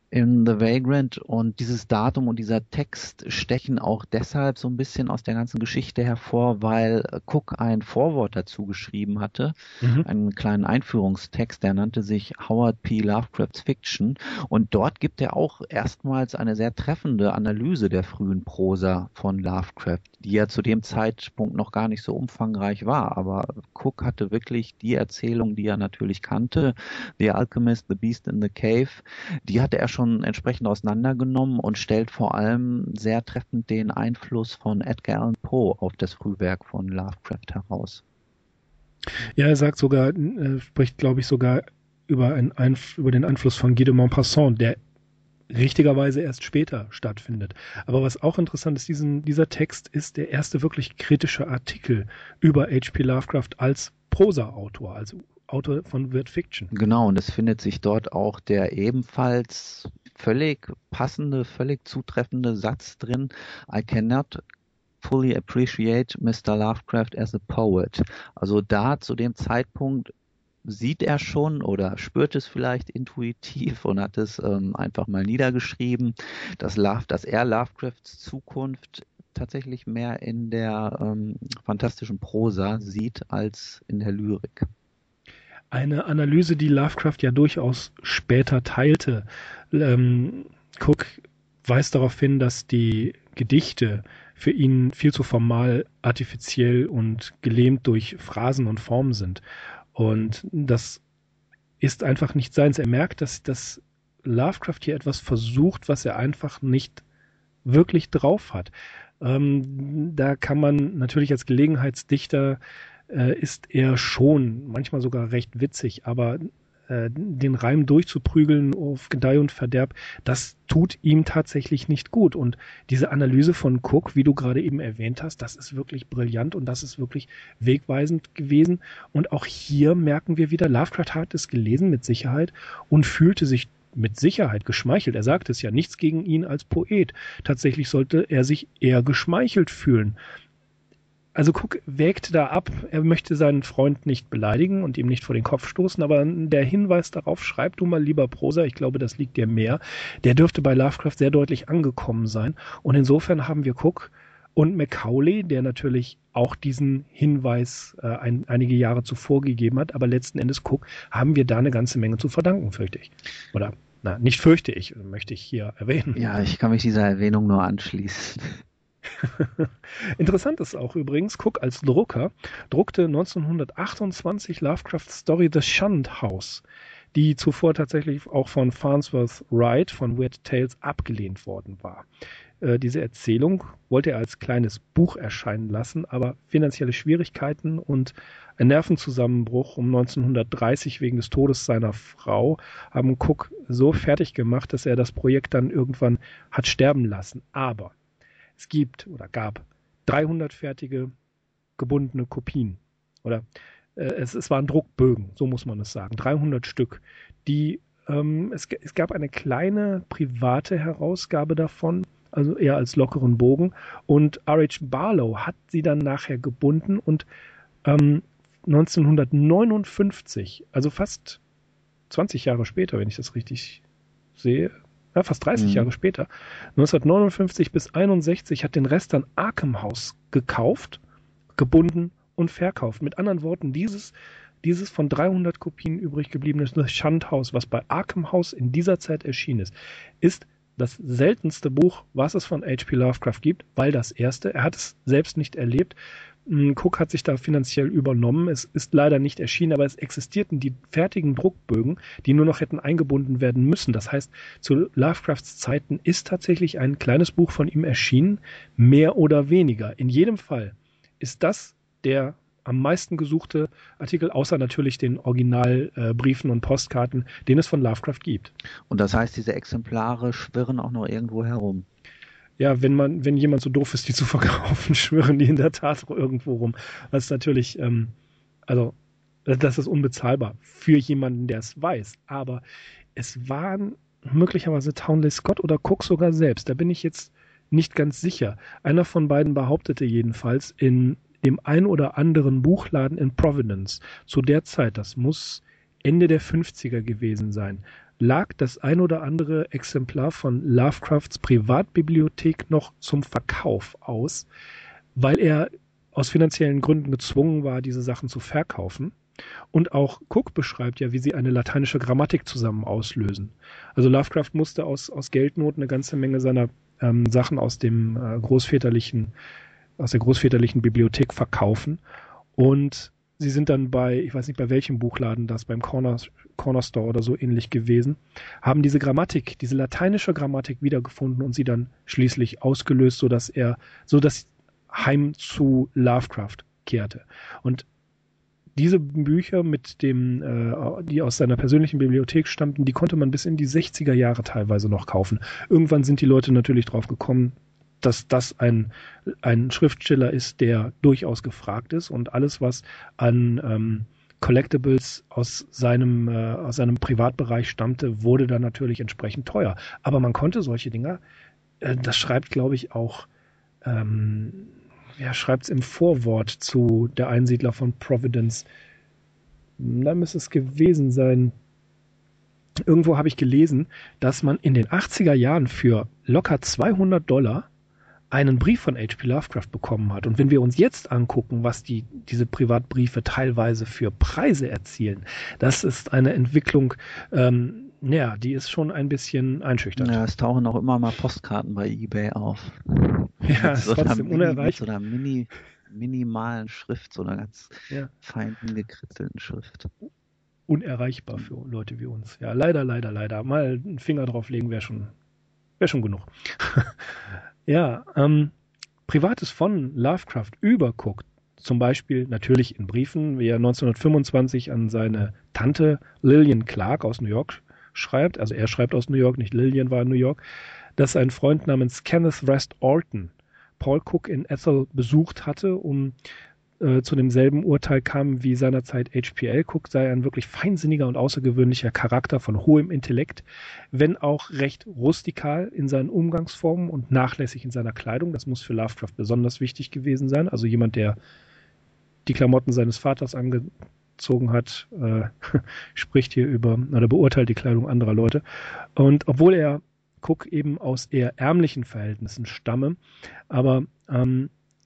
in The Vagrant, und dieses Datum und dieser Text stechen auch deshalb so ein bisschen aus der ganzen Geschichte hervor, weil Cook ein Vorwort dazu geschrieben hatte, mhm. einen kleinen Einführungstext, der nannte sich Howard P. Lovecraft's Fiction, und dort gibt er auch erstmals eine sehr treffende Analyse der frühen Prosa von Lovecraft, die ja zu dem Zeitpunkt noch gar nicht so umfangreich war, aber Cook hatte wirklich die Erzählung, die er natürlich kannte, The Alchemist, The Beast in the Cave, die hatte er schon entsprechend auseinandergenommen und stellt vor allem sehr treffend den Einfluss von Edgar Allan Poe auf das Frühwerk von Lovecraft heraus. Ja, er sagt sogar, äh, spricht glaube ich sogar über, ein Einf- über den Einfluss von Guy de Maupassant, der richtigerweise erst später stattfindet. Aber was auch interessant ist, diesen, dieser Text ist der erste wirklich kritische Artikel über H P. Lovecraft als Prosa-Autor, als Autor von Weird Fiction. Genau, und es findet sich dort auch der ebenfalls völlig passende, völlig zutreffende Satz drin: I cannot fully appreciate Mister Lovecraft as a poet. Also da zu dem Zeitpunkt sieht er schon oder spürt es vielleicht intuitiv und hat es ähm, einfach mal niedergeschrieben, dass, Love, dass er Lovecrafts Zukunft tatsächlich mehr in der ähm, fantastischen Prosa sieht als in der Lyrik. Eine Analyse, die Lovecraft ja durchaus später teilte. Ähm, Cook weist darauf hin, dass die Gedichte für ihn viel zu formal, artifiziell und gelähmt durch Phrasen und Formen sind. Und das ist einfach nicht seins. Er merkt, dass, dass Lovecraft hier etwas versucht, was er einfach nicht wirklich drauf hat. Ähm, da kann man natürlich als Gelegenheitsdichter äh, ist er schon manchmal sogar recht witzig, aber äh, den Reim durchzuprügeln auf Gedeih und Verderb, das tut ihm tatsächlich nicht gut. Und diese Analyse von Cook, wie du gerade eben erwähnt hast, das ist wirklich brillant und das ist wirklich wegweisend gewesen. Und auch hier merken wir wieder, Lovecraft hat es gelesen mit Sicherheit und fühlte sich mit Sicherheit geschmeichelt. Er sagt es ja, nichts gegen ihn als Poet. Tatsächlich sollte er sich eher geschmeichelt fühlen. Also Cook wägt da ab, er möchte seinen Freund nicht beleidigen und ihm nicht vor den Kopf stoßen, aber der Hinweis darauf, schreib du mal lieber Prosa, ich glaube, das liegt dir mehr, der dürfte bei Lovecraft sehr deutlich angekommen sein. Und insofern haben wir Cook und Macaulay, der natürlich auch diesen Hinweis äh, ein, einige Jahre zuvor gegeben hat, aber letzten Endes Cook, haben wir da eine ganze Menge zu verdanken, fürchte ich. Oder, na, nicht fürchte ich, möchte ich hier erwähnen. Ja, ich kann mich dieser Erwähnung nur anschließen. Interessant ist auch übrigens, Cook als Drucker druckte neunzehnhundertachtundzwanzig Lovecrafts Story The Shunned House, die zuvor tatsächlich auch von Farnsworth Wright von Weird Tales abgelehnt worden war. Äh, diese Erzählung wollte er als kleines Buch erscheinen lassen, aber finanzielle Schwierigkeiten und ein Nervenzusammenbruch um neunzehnhundertdreißig wegen des Todes seiner Frau haben Cook so fertig gemacht, dass er das Projekt dann irgendwann hat sterben lassen. Aber es gibt oder gab dreihundert fertige gebundene Kopien. Oder äh, es, es waren Druckbögen, so muss man es sagen. dreihundert Stück. Die, ähm, es, es gab eine kleine private Herausgabe davon, also eher als lockeren Bogen. Und R H Barlow hat sie dann nachher gebunden und ähm, neunzehnhundertneunundfünfzig, also fast zwanzig Jahre später, wenn ich das richtig sehe, ja, fast dreißig mhm. Jahre später, neunzehnhundertneunundfünfzig bis einundsechzig, hat den Rest dann Arkham House gekauft, gebunden und verkauft. Mit anderen Worten, dieses, dieses von dreihundert Kopien übrig gebliebene The Shunned House, was bei Arkham House in dieser Zeit erschienen ist, ist das seltenste Buch, was es von H P. Lovecraft gibt, weil das erste, er hat es selbst nicht erlebt. Cook hat sich da finanziell übernommen. Es ist leider nicht erschienen, aber es existierten die fertigen Druckbögen, die nur noch hätten eingebunden werden müssen. Das heißt, zu Lovecrafts Zeiten ist tatsächlich ein kleines Buch von ihm erschienen, mehr oder weniger. In jedem Fall ist das der am meisten gesuchte Artikel, außer natürlich den Originalbriefen äh, und Postkarten, den es von Lovecraft gibt. Und das heißt, diese Exemplare schwirren auch noch irgendwo herum. Ja, wenn man, wenn jemand so doof ist, die zu verkaufen, schwören die in der Tat irgendwo rum. Das ist natürlich, ähm, also, das ist unbezahlbar für jemanden, der es weiß. Aber es waren möglicherweise Townley Scott oder Cook sogar selbst. Da bin ich jetzt nicht ganz sicher. Einer von beiden behauptete jedenfalls in dem ein oder anderen Buchladen in Providence zu der Zeit, das muss Ende der fünfziger gewesen sein, lag das ein oder andere Exemplar von Lovecrafts Privatbibliothek noch zum Verkauf aus, weil er aus finanziellen Gründen gezwungen war, diese Sachen zu verkaufen. Und auch Cook beschreibt ja, wie sie eine lateinische Grammatik zusammen auslösen. Also Lovecraft musste aus, aus Geldnot eine ganze Menge seiner ähm, Sachen aus dem äh, großväterlichen, aus der großväterlichen Bibliothek verkaufen. Und sie sind dann bei, ich weiß nicht bei welchem Buchladen das, beim Corner, Corner Store oder so ähnlich gewesen, haben diese Grammatik, diese lateinische Grammatik wiedergefunden und sie dann schließlich ausgelöst, sodass er, sodass heim zu Lovecraft kehrte. Und diese Bücher mit dem, äh, die aus seiner persönlichen Bibliothek stammten, die konnte man bis in die sechziger Jahre teilweise noch kaufen. Irgendwann sind die Leute natürlich drauf gekommen, dass das ein, ein Schriftsteller ist, der durchaus gefragt ist und alles, was an ähm, Collectibles aus seinem, äh, aus seinem Privatbereich stammte, wurde dann natürlich entsprechend teuer. Aber man konnte solche Dinger, äh, das schreibt, glaube ich, auch, ähm, wer schreibt es im Vorwort zu Der Einsiedler von Providence? Da müsste es gewesen sein. Irgendwo habe ich gelesen, dass man in den achtziger Jahren für locker zweihundert Dollar einen Brief von H P Lovecraft bekommen hat. Und wenn wir uns jetzt angucken, was die, diese Privatbriefe teilweise für Preise erzielen, das ist eine Entwicklung, ähm, ja, die ist schon ein bisschen einschüchternd. Ja, es tauchen auch immer mal Postkarten bei eBay auf. Ja, ist so trotzdem Mini, unerreicht. Mit so einer mini, minimalen Schrift, so einer ganz Ja. fein gekritzelten Schrift. Unerreichbar für Leute wie uns. Ja, leider, leider, leider. Mal einen Finger drauf legen wäre schon, wäre schon genug. Ja, ähm, Privates von Lovecraft über Cook, zum Beispiel natürlich in Briefen, wie er neunzehnhundertfünfundzwanzig an seine Tante Lillian Clark aus New York schreibt, also er schreibt aus New York, nicht Lillian war in New York, dass ein Freund namens Kenneth West Orton Paul Cook in Ethel besucht hatte, um äh, zu demselben Urteil kam wie seinerzeit H P L. Cook sei ein wirklich feinsinniger und außergewöhnlicher Charakter von hohem Intellekt, wenn auch recht rustikal in seinen Umgangsformen und nachlässig in seiner Kleidung. Das muss für Lovecraft besonders wichtig gewesen sein. Also jemand, der die Klamotten seines Vaters angezogen hat, äh, spricht hier über oder beurteilt die Kleidung anderer Leute. Und obwohl er Cook eben aus eher ärmlichen Verhältnissen stamme, aber ähm,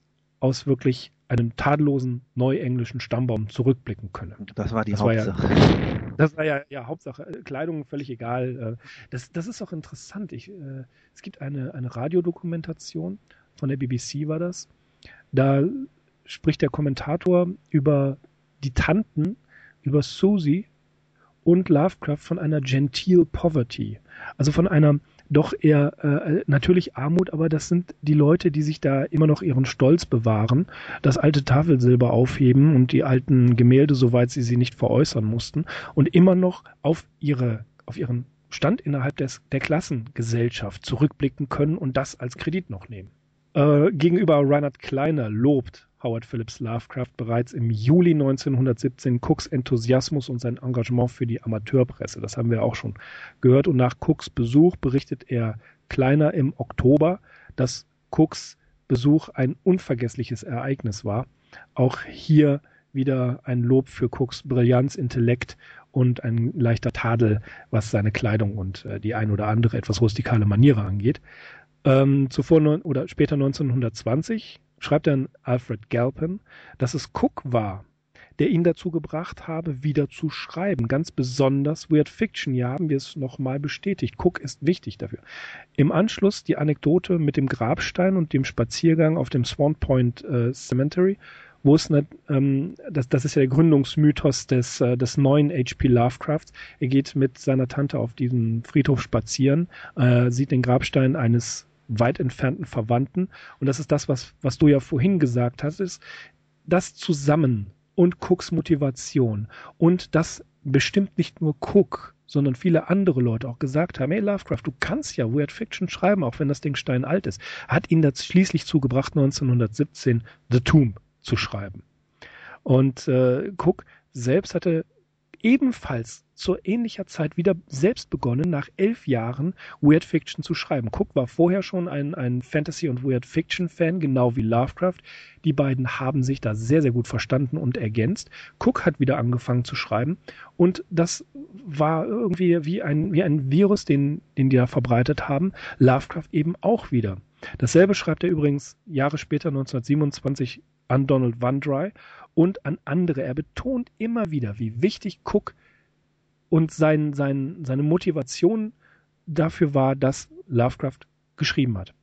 aus wirklich einem tadellosen neuenglischen Stammbaum zurückblicken könne. Das war die das Hauptsache. War ja, das war ja, ja Hauptsache. Kleidung völlig egal. Das, das ist auch interessant. Ich, äh, es gibt eine, eine Radiodokumentation von der B B C war das. Da spricht der Kommentator über die Tanten, über Susie und Lovecraft von einer genteel poverty. Also von einer doch eher äh, natürlich Armut, aber das sind die Leute, die sich da immer noch ihren Stolz bewahren, das alte Tafelsilber aufheben und die alten Gemälde, soweit sie sie nicht veräußern mussten, und immer noch auf ihre, auf ihren Stand innerhalb des, der Klassengesellschaft zurückblicken können und das als Kredit noch nehmen. Äh, gegenüber Reinhard Kleiner lobt Howard Phillips Lovecraft bereits im Juli neunzehnhundertsiebzehn Cooks Enthusiasmus und sein Engagement für die Amateurpresse. Das haben wir auch schon gehört. Und nach Cooks Besuch berichtet er Kleiner im Oktober, dass Cooks Besuch ein unvergessliches Ereignis war. Auch hier wieder ein Lob für Cooks Brillanz, Intellekt und ein leichter Tadel, was seine Kleidung und äh, die ein oder andere etwas rustikale Maniere angeht. Ähm, zuvor neun, oder später neunzehnhundertzwanzig schreibt er an Alfred Galpin, dass es Cook war, der ihn dazu gebracht habe, wieder zu schreiben. Ganz besonders Weird Fiction, hier haben wir es nochmal bestätigt. Cook ist wichtig dafür. Im Anschluss die Anekdote mit dem Grabstein und dem Spaziergang auf dem Swan Point äh, Cemetery, wo es eine, ähm, das, das ist ja der Gründungsmythos des, äh, des neuen H P Lovecrafts. Er geht mit seiner Tante auf diesen Friedhof spazieren, äh, sieht den Grabstein eines weit entfernten Verwandten. Und das ist das, was, was du ja vorhin gesagt hast, ist das zusammen und Cooks Motivation und das bestimmt nicht nur Cook, sondern viele andere Leute auch gesagt haben, hey Lovecraft, du kannst ja Weird Fiction schreiben, auch wenn das Ding steinalt ist, hat ihn das schließlich zugebracht, neunzehnhundertsiebzehn The Tomb zu schreiben. Und äh, Cook selbst hatte ebenfalls zur ähnlicher Zeit wieder selbst begonnen, nach elf Jahren Weird Fiction zu schreiben. Cook war vorher schon ein, ein Fantasy- und Weird Fiction-Fan, genau wie Lovecraft. Die beiden haben sich da sehr, sehr gut verstanden und ergänzt. Cook hat wieder angefangen zu schreiben und das war irgendwie wie ein, wie ein Virus, den, den die da verbreitet haben. Lovecraft eben auch wieder. Dasselbe schreibt er übrigens Jahre später, neunzehnhundertsiebenundzwanzig, an Donald Wandrei und an andere. Er betont immer wieder, wie wichtig Cook und sein, sein, seine Motivation dafür war, dass Lovecraft geschrieben hat.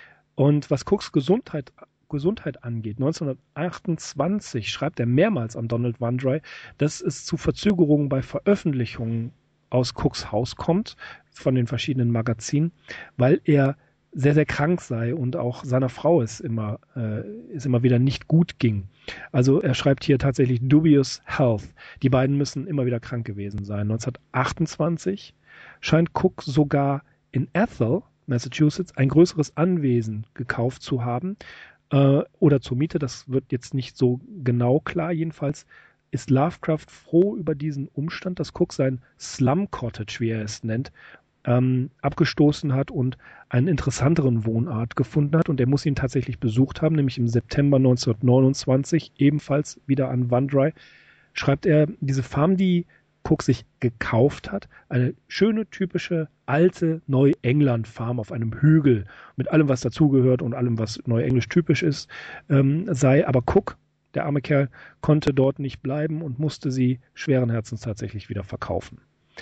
Und was Cooks Gesundheit, Gesundheit angeht, neunzehnhundertachtundzwanzig schreibt er mehrmals an Donald Wandrei, dass es zu Verzögerungen bei Veröffentlichungen aus Cooks Haus kommt, von den verschiedenen Magazinen, weil er sehr, sehr krank sei und auch seiner Frau es immer, äh, es immer wieder nicht gut ging. Also er schreibt hier tatsächlich dubious health. Die beiden müssen immer wieder krank gewesen sein. neunzehnhundertachtundzwanzig scheint Cook sogar in Ethel, Massachusetts, ein größeres Anwesen gekauft zu haben äh, oder zur Miete. Das wird jetzt nicht so genau klar. Jedenfalls ist Lovecraft froh über diesen Umstand, dass Cook sein Slum Cottage, wie er es nennt, Ähm, abgestoßen hat und einen interessanteren Wohnort gefunden hat und er muss ihn tatsächlich besucht haben, nämlich im September neunzehnhundertneunundzwanzig, ebenfalls wieder an Wandrei, schreibt er, diese Farm, die Cook sich gekauft hat, eine schöne, typische, alte Neuengland-Farm auf einem Hügel, mit allem, was dazugehört und allem, was neuenglisch typisch ist, ähm, sei, aber Cook, der arme Kerl, konnte dort nicht bleiben und musste sie schweren Herzens tatsächlich wieder verkaufen.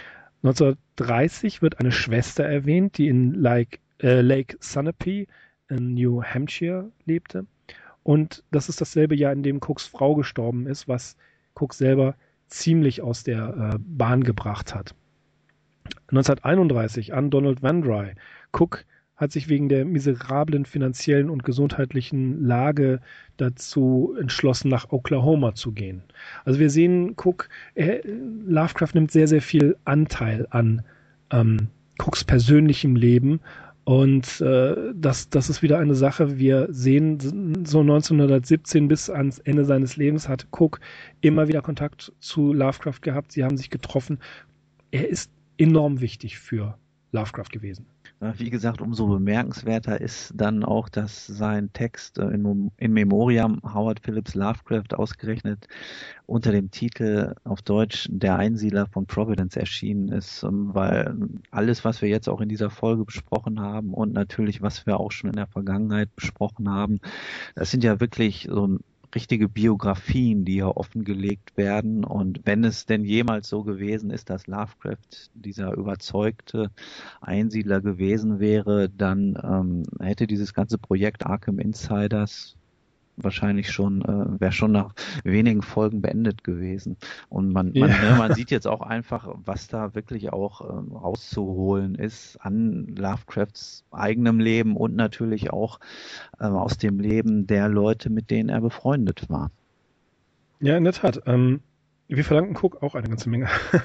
neunzehnhundertdreißig wird eine Schwester erwähnt, die in Lake, äh, Lake Sunapee in New Hampshire lebte. Und das ist dasselbe Jahr, in dem Cooks Frau gestorben ist, was Cook selber ziemlich aus der äh, Bahn gebracht hat. neunzehnhunderteinunddreißig an Donald Wandrei. Cook hat sich wegen der miserablen finanziellen und gesundheitlichen Lage dazu entschlossen, nach Oklahoma zu gehen. Also wir sehen, Cook, er, Lovecraft nimmt sehr, sehr viel Anteil an ähm, Cooks persönlichem Leben und äh, das, das ist wieder eine Sache, wir sehen, so neunzehnhundertsiebzehn bis ans Ende seines Lebens hat Cook immer wieder Kontakt zu Lovecraft gehabt, sie haben sich getroffen. Er ist enorm wichtig für Lovecraft gewesen. Wie gesagt, umso bemerkenswerter ist dann auch, dass sein Text in, in Memoriam Howard Phillips Lovecraft ausgerechnet unter dem Titel auf Deutsch Der Einsiedler von Providence erschienen ist, weil alles, was wir jetzt auch in dieser Folge besprochen haben und natürlich, was wir auch schon in der Vergangenheit besprochen haben, das sind ja wirklich so ein richtige Biografien, die hier offengelegt werden. Und wenn es denn jemals so gewesen ist, dass Lovecraft dieser überzeugte Einsiedler gewesen wäre, dann ähm, hätte dieses ganze Projekt Arkham Insiders wahrscheinlich schon, äh, wäre schon nach wenigen Folgen beendet gewesen. Und man, man, ja. ne, man sieht jetzt auch einfach, was da wirklich auch ähm, rauszuholen ist an Lovecrafts eigenem Leben und natürlich auch ähm, aus dem Leben der Leute, mit denen er befreundet war. Ja, in der Tat. Ähm, wir verdanken Cook auch eine ganze Menge.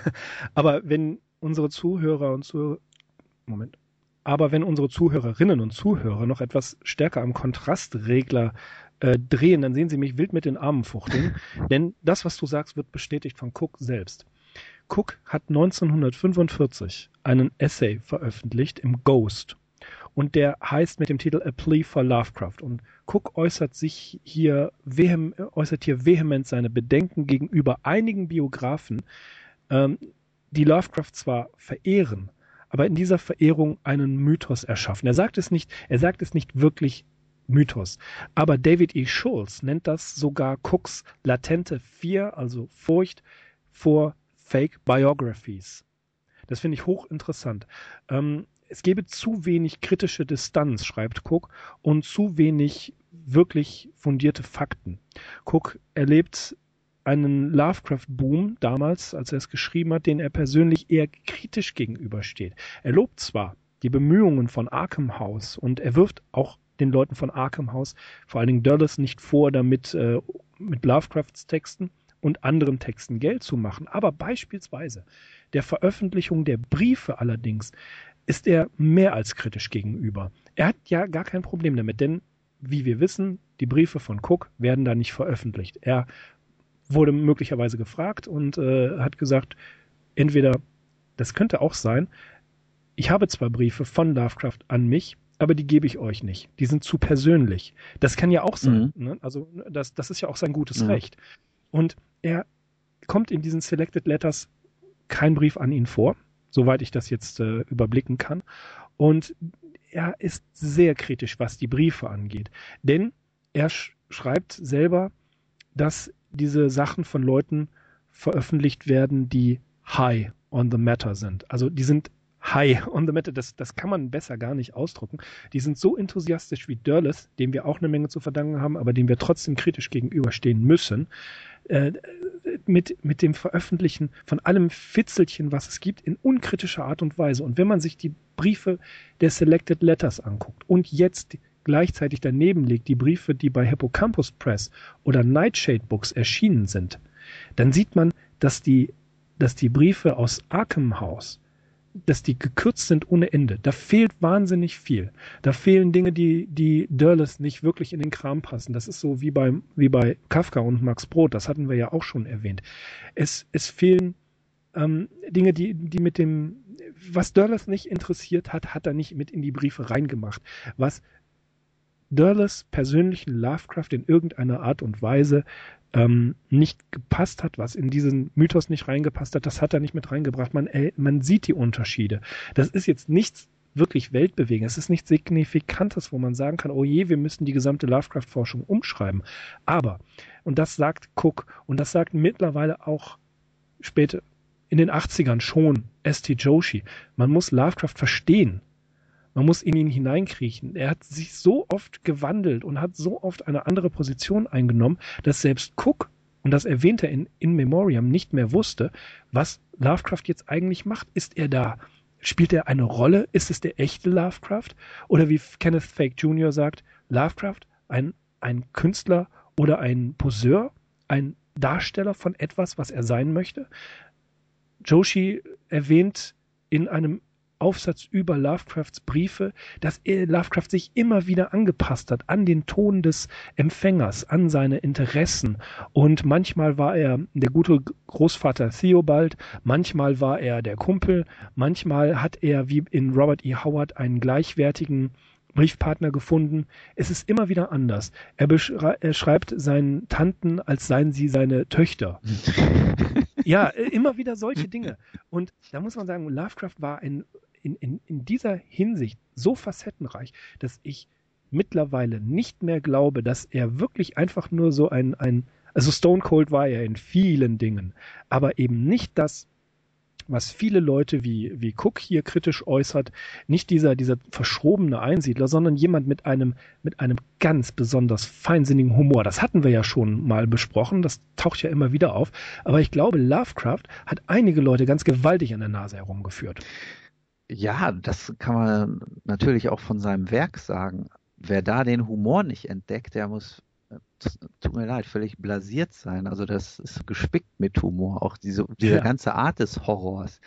Aber wenn unsere Zuhörer und Zuhörer, Moment. Aber wenn unsere Zuhörerinnen und Zuhörer noch etwas stärker am Kontrastregler äh, drehen, dann sehen sie mich wild mit den Armen fuchteln. Denn das, was du sagst, wird bestätigt von Cook selbst. Cook hat neunzehnhundertfünfundvierzig einen Essay veröffentlicht im Ghost. Und der heißt mit dem Titel A Plea for Lovecraft. Und Cook äußert sich hier vehem, äußert hier vehement seine Bedenken gegenüber einigen Biografen, ähm, die Lovecraft zwar verehren, aber in dieser Verehrung einen Mythos erschaffen. Er sagt es nicht, er sagt es nicht wirklich Mythos. Aber David E. Schultz nennt das sogar Cooks latente Fear, also Furcht vor Fake Biographies. Das finde ich hochinteressant. Ähm, es gäbe zu wenig kritische Distanz, schreibt Cook, und zu wenig wirklich fundierte Fakten. Cook erlebt einen Lovecraft-Boom damals, als er es geschrieben hat, den er persönlich eher kritisch gegenübersteht. Er lobt zwar die Bemühungen von Arkham House und er wirft auch den Leuten von Arkham House, vor allen Dingen Dulles, nicht vor, damit äh, mit Lovecrafts Texten und anderen Texten Geld zu machen. Aber beispielsweise der Veröffentlichung der Briefe allerdings ist er mehr als kritisch gegenüber. Er hat ja gar kein Problem damit, denn wie wir wissen, die Briefe von Cook werden da nicht veröffentlicht. Er wurde möglicherweise gefragt und äh, hat gesagt, entweder, das könnte auch sein, ich habe zwar Briefe von Lovecraft an mich, aber die gebe ich euch nicht. Die sind zu persönlich. Das kann ja auch sein. Mhm. Ne? Also das, das ist ja auch sein gutes mhm. Recht. Und er kommt in diesen Selected Letters kein Brief an ihn vor, soweit ich das jetzt äh, überblicken kann. Und er ist sehr kritisch, was die Briefe angeht. Denn er sch- schreibt selber, dass diese Sachen von Leuten veröffentlicht werden, die high on the matter sind. Also die sind high on the matter, das, das kann man besser gar nicht ausdrücken. Die sind so enthusiastisch wie Derleth, dem wir auch eine Menge zu verdanken haben, aber dem wir trotzdem kritisch gegenüberstehen müssen, äh, mit, mit dem Veröffentlichen von allem Fitzelchen, was es gibt, in unkritischer Art und Weise. Und wenn man sich die Briefe der Selected Letters anguckt und jetzt gleichzeitig daneben legt die Briefe, die bei Hippocampus Press oder Nightshade Books erschienen sind, dann sieht man, dass die, dass die Briefe aus Arkham House, dass die gekürzt sind ohne Ende. Da fehlt wahnsinnig viel. Da fehlen Dinge, die, die Derleth nicht wirklich in den Kram passen. Das ist so wie bei, wie bei Kafka und Max Brod. Das hatten wir ja auch schon erwähnt. Es, es fehlen ähm, Dinge, die, die mit dem, was Derleth nicht interessiert hat, hat er nicht mit in die Briefe reingemacht. Was Derleths persönlichen Lovecraft in irgendeiner Art und Weise ähm, nicht gepasst hat, was in diesen Mythos nicht reingepasst hat, das hat er nicht mit reingebracht. Man, äh, man sieht die Unterschiede. Das ist jetzt nichts wirklich weltbewegendes. Es ist nichts Signifikantes, wo man sagen kann, oh je, wir müssen die gesamte Lovecraft-Forschung umschreiben. Aber, und das sagt Cook, und das sagt mittlerweile auch später, in den achtzigern schon S T Joshi, man muss Lovecraft verstehen. Man muss in ihn hineinkriechen. Er hat sich so oft gewandelt und hat so oft eine andere Position eingenommen, dass selbst Cook, und das erwähnt er in In Memoriam, nicht mehr wusste, was Lovecraft jetzt eigentlich macht. Ist er da? Spielt er eine Rolle? Ist es der echte Lovecraft? Oder wie Kenneth Fake Junior sagt, Lovecraft, ein, ein Künstler oder ein Poseur, ein Darsteller von etwas, was er sein möchte? Joshi erwähnt in einem Aufsatz über Lovecrafts Briefe, dass er, Lovecraft sich immer wieder angepasst hat an den Ton des Empfängers, an seine Interessen. Und manchmal war er der gute Großvater Theobald, manchmal war er der Kumpel, manchmal hat er wie in Robert E. Howard einen gleichwertigen Briefpartner gefunden. Es ist immer wieder anders. Er, beschrei- er schreibt seinen Tanten, als seien sie seine Töchter. Ja, immer wieder solche Dinge. Und da muss man sagen, Lovecraft war ein, in, in, in dieser Hinsicht so facettenreich, dass ich mittlerweile nicht mehr glaube, dass er wirklich einfach nur so ein, ein also Stone Cold war er in vielen Dingen, aber eben nicht das, was viele Leute wie, wie Cook hier kritisch äußert, nicht dieser, dieser verschrobene Einsiedler, sondern jemand mit einem, mit einem ganz besonders feinsinnigen Humor. Das hatten wir ja schon mal besprochen, das taucht ja immer wieder auf. Aber ich glaube, Lovecraft hat einige Leute ganz gewaltig an der Nase herumgeführt. Ja, das kann man natürlich auch von seinem Werk sagen. Wer da den Humor nicht entdeckt, der muss, tut mir leid, völlig blasiert sein. Also das ist gespickt mit Humor. Auch diese, diese ja. ganze Art des Horrors.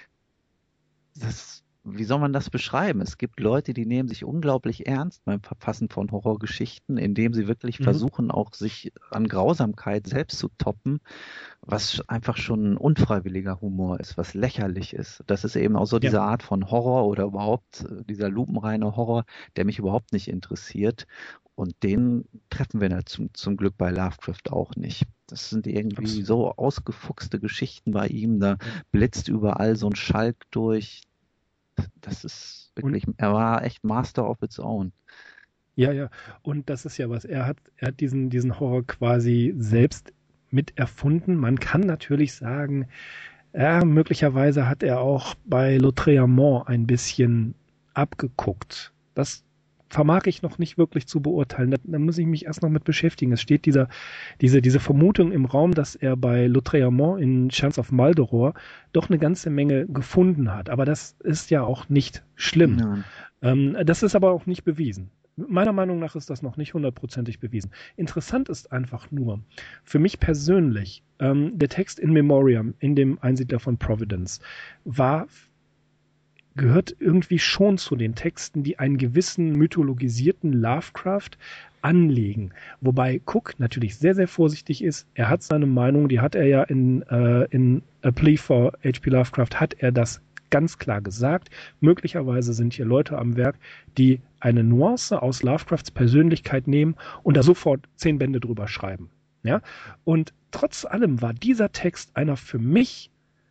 Das, wie soll man das beschreiben? Es gibt Leute, die nehmen sich unglaublich ernst beim Verfassen von Horrorgeschichten, indem sie wirklich mhm. versuchen, auch sich an Grausamkeit selbst zu toppen, was einfach schon ein unfreiwilliger Humor ist, was lächerlich ist. Das ist eben auch so diese ja. Art von Horror oder überhaupt dieser lupenreine Horror, der mich überhaupt nicht interessiert. Und den treffen wir da zum, zum Glück bei Lovecraft auch nicht. Das sind irgendwie Absolut. so ausgefuchste Geschichten bei ihm. Da blitzt überall so ein Schalk durch. Das ist wirklich, und, er war echt Master of its own. Ja, ja. Und das ist ja was. Er hat, er hat diesen, diesen Horror quasi selbst mit erfunden. Man kann natürlich sagen, ja, möglicherweise hat er auch bei Lautréamont ein bisschen abgeguckt. Das vermag ich noch nicht wirklich zu beurteilen. Da, da muss ich mich erst noch mit beschäftigen. Es steht dieser, diese, diese Vermutung im Raum, dass er bei Lautréamont in Chants of Maldoror doch eine ganze Menge gefunden hat. Aber das ist ja auch nicht schlimm. Ja. Ähm, das ist aber auch nicht bewiesen. Meiner Meinung nach ist das noch nicht hundertprozentig bewiesen. Interessant ist einfach nur, für mich persönlich, ähm, der Text In Memoriam in dem Einsiedler von Providence war gehört irgendwie schon zu den Texten, die einen gewissen mythologisierten Lovecraft anlegen. Wobei Cook natürlich sehr, sehr vorsichtig ist. Er hat seine Meinung, die hat er ja in, äh, in A Plea for H P Lovecraft, hat er das ganz klar gesagt. Möglicherweise sind hier Leute am Werk, die eine Nuance aus Lovecrafts Persönlichkeit nehmen und da sofort zehn Bände drüber schreiben. Ja? Und trotz allem war dieser Text einer für mich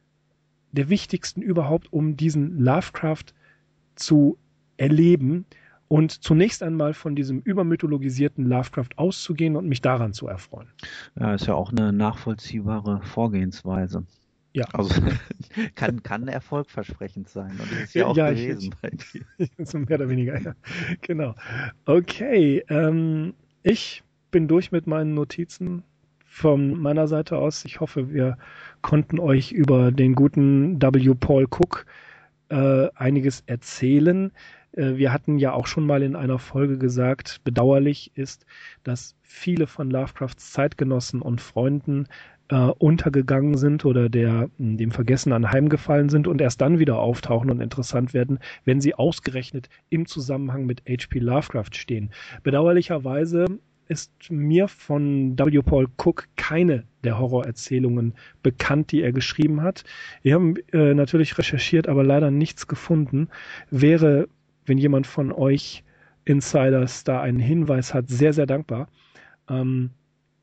der wichtigsten überhaupt, um diesen Lovecraft zu erleben und zunächst einmal von diesem übermythologisierten Lovecraft auszugehen und mich daran zu erfreuen. Ja, ist ja auch eine nachvollziehbare Vorgehensweise. Ja. Also kann, kann erfolgversprechend sein. Und das ist ja auch ja, gewesen ich, bei dir. So mehr oder weniger, ja. Genau. Okay, ähm, ich bin durch mit meinen Notizen von meiner Seite aus. Ich hoffe, wir konnten euch über den guten W. Paul Cook äh, einiges erzählen. Äh, wir hatten ja auch schon mal in einer Folge gesagt, bedauerlich ist, dass viele von Lovecrafts Zeitgenossen und Freunden äh, untergegangen sind oder der, dem Vergessen anheimgefallen sind und erst dann wieder auftauchen und interessant werden, wenn sie ausgerechnet im Zusammenhang mit H P Lovecraft stehen. Bedauerlicherweise ist mir von W. Paul Cook keine der Horrorerzählungen bekannt, die er geschrieben hat. Wir haben äh, natürlich recherchiert, aber leider nichts gefunden. Wäre, wenn jemand von euch Insiders da einen Hinweis hat, sehr, sehr dankbar. Ähm,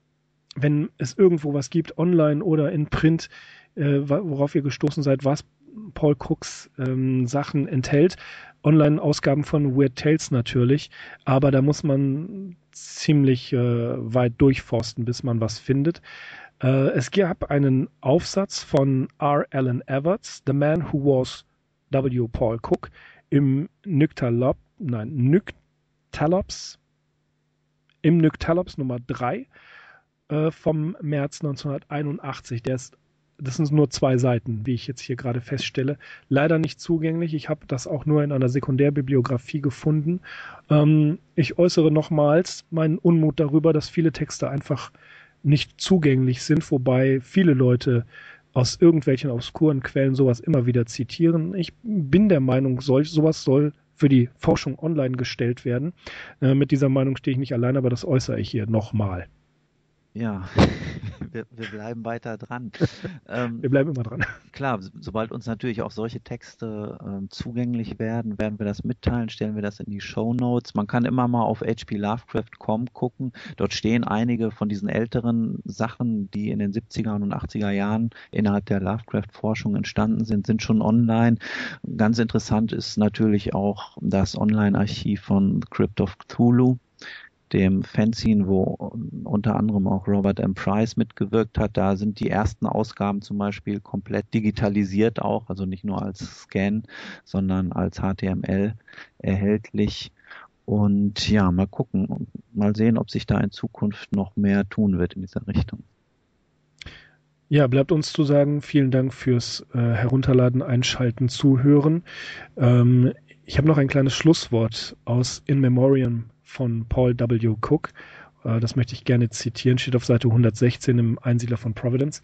wenn es irgendwo was gibt, online oder in Print, äh, worauf ihr gestoßen seid, was Paul Cooks ähm, Sachen enthält. Online-Ausgaben von Weird Tales natürlich, aber da muss man ziemlich äh, weit durchforsten, bis man was findet. Äh, es gab einen Aufsatz von R. Alan Everts, The Man Who Was W. Paul Cook, im Nyctalop, nein, Nyctalops, im Nyctalops Nummer drei äh, vom März neunzehnhunderteinundachtzig. Der ist Das sind nur zwei Seiten, wie ich jetzt hier gerade feststelle. Leider nicht zugänglich. Ich habe das auch nur in einer Sekundärbibliografie gefunden. Ähm, ich äußere nochmals meinen Unmut darüber, dass viele Texte einfach nicht zugänglich sind, wobei viele Leute aus irgendwelchen obskuren Quellen sowas immer wieder zitieren. Ich bin der Meinung, solch, sowas soll für die Forschung online gestellt werden. Äh, mit dieser Meinung stehe ich nicht allein, aber das äußere ich hier nochmal. Ja, wir, wir bleiben weiter dran. Ähm, wir bleiben immer dran. Klar, sobald uns natürlich auch solche Texte äh, zugänglich werden, werden wir das mitteilen, stellen wir das in die Shownotes. Man kann immer mal auf H P Lovecraft Punkt com gucken. Dort stehen einige von diesen älteren Sachen, die in den siebziger und achtziger Jahren innerhalb der Lovecraft-Forschung entstanden sind, sind schon online. Ganz interessant ist natürlich auch das Online-Archiv von The Crypt of Cthulhu, dem Fanzine, wo unter anderem auch Robert M. Price mitgewirkt hat. Da sind die ersten Ausgaben zum Beispiel komplett digitalisiert auch, also nicht nur als Scan, sondern als H T M L erhältlich. Und ja, mal gucken, mal sehen, ob sich da in Zukunft noch mehr tun wird in dieser Richtung. Ja, bleibt uns zu sagen, vielen Dank fürs äh, Herunterladen, Einschalten, Zuhören. Ähm, ich habe noch ein kleines Schlusswort aus In Memoriam von Paul W. Cook. Äh, das möchte ich gerne zitieren, steht auf Seite hundertsechzehn im Einsiedler von Providence.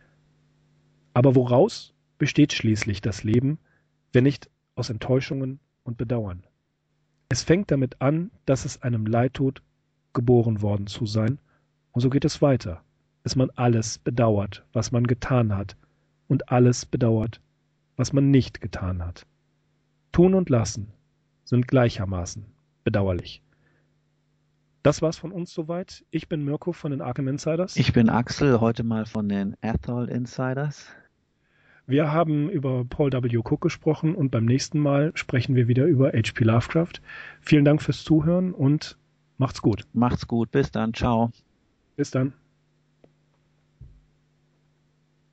Aber woraus besteht schließlich das Leben, wenn nicht aus Enttäuschungen und Bedauern? Es fängt damit an, dass es einem leid tut, geboren worden zu sein, und so geht es weiter, bis man alles bedauert, was man getan hat, und alles bedauert, was man nicht getan hat. Tun und lassen sind gleichermaßen bedauerlich. Das war's von uns soweit. Ich bin Mirko von den Arkham Insiders. Ich bin Axel, heute mal von den Athol Insiders. Wir haben über Paul W. Cook gesprochen und beim nächsten Mal sprechen wir wieder über H P Lovecraft. Vielen Dank fürs Zuhören und macht's gut. Macht's gut, bis dann, ciao. Bis dann.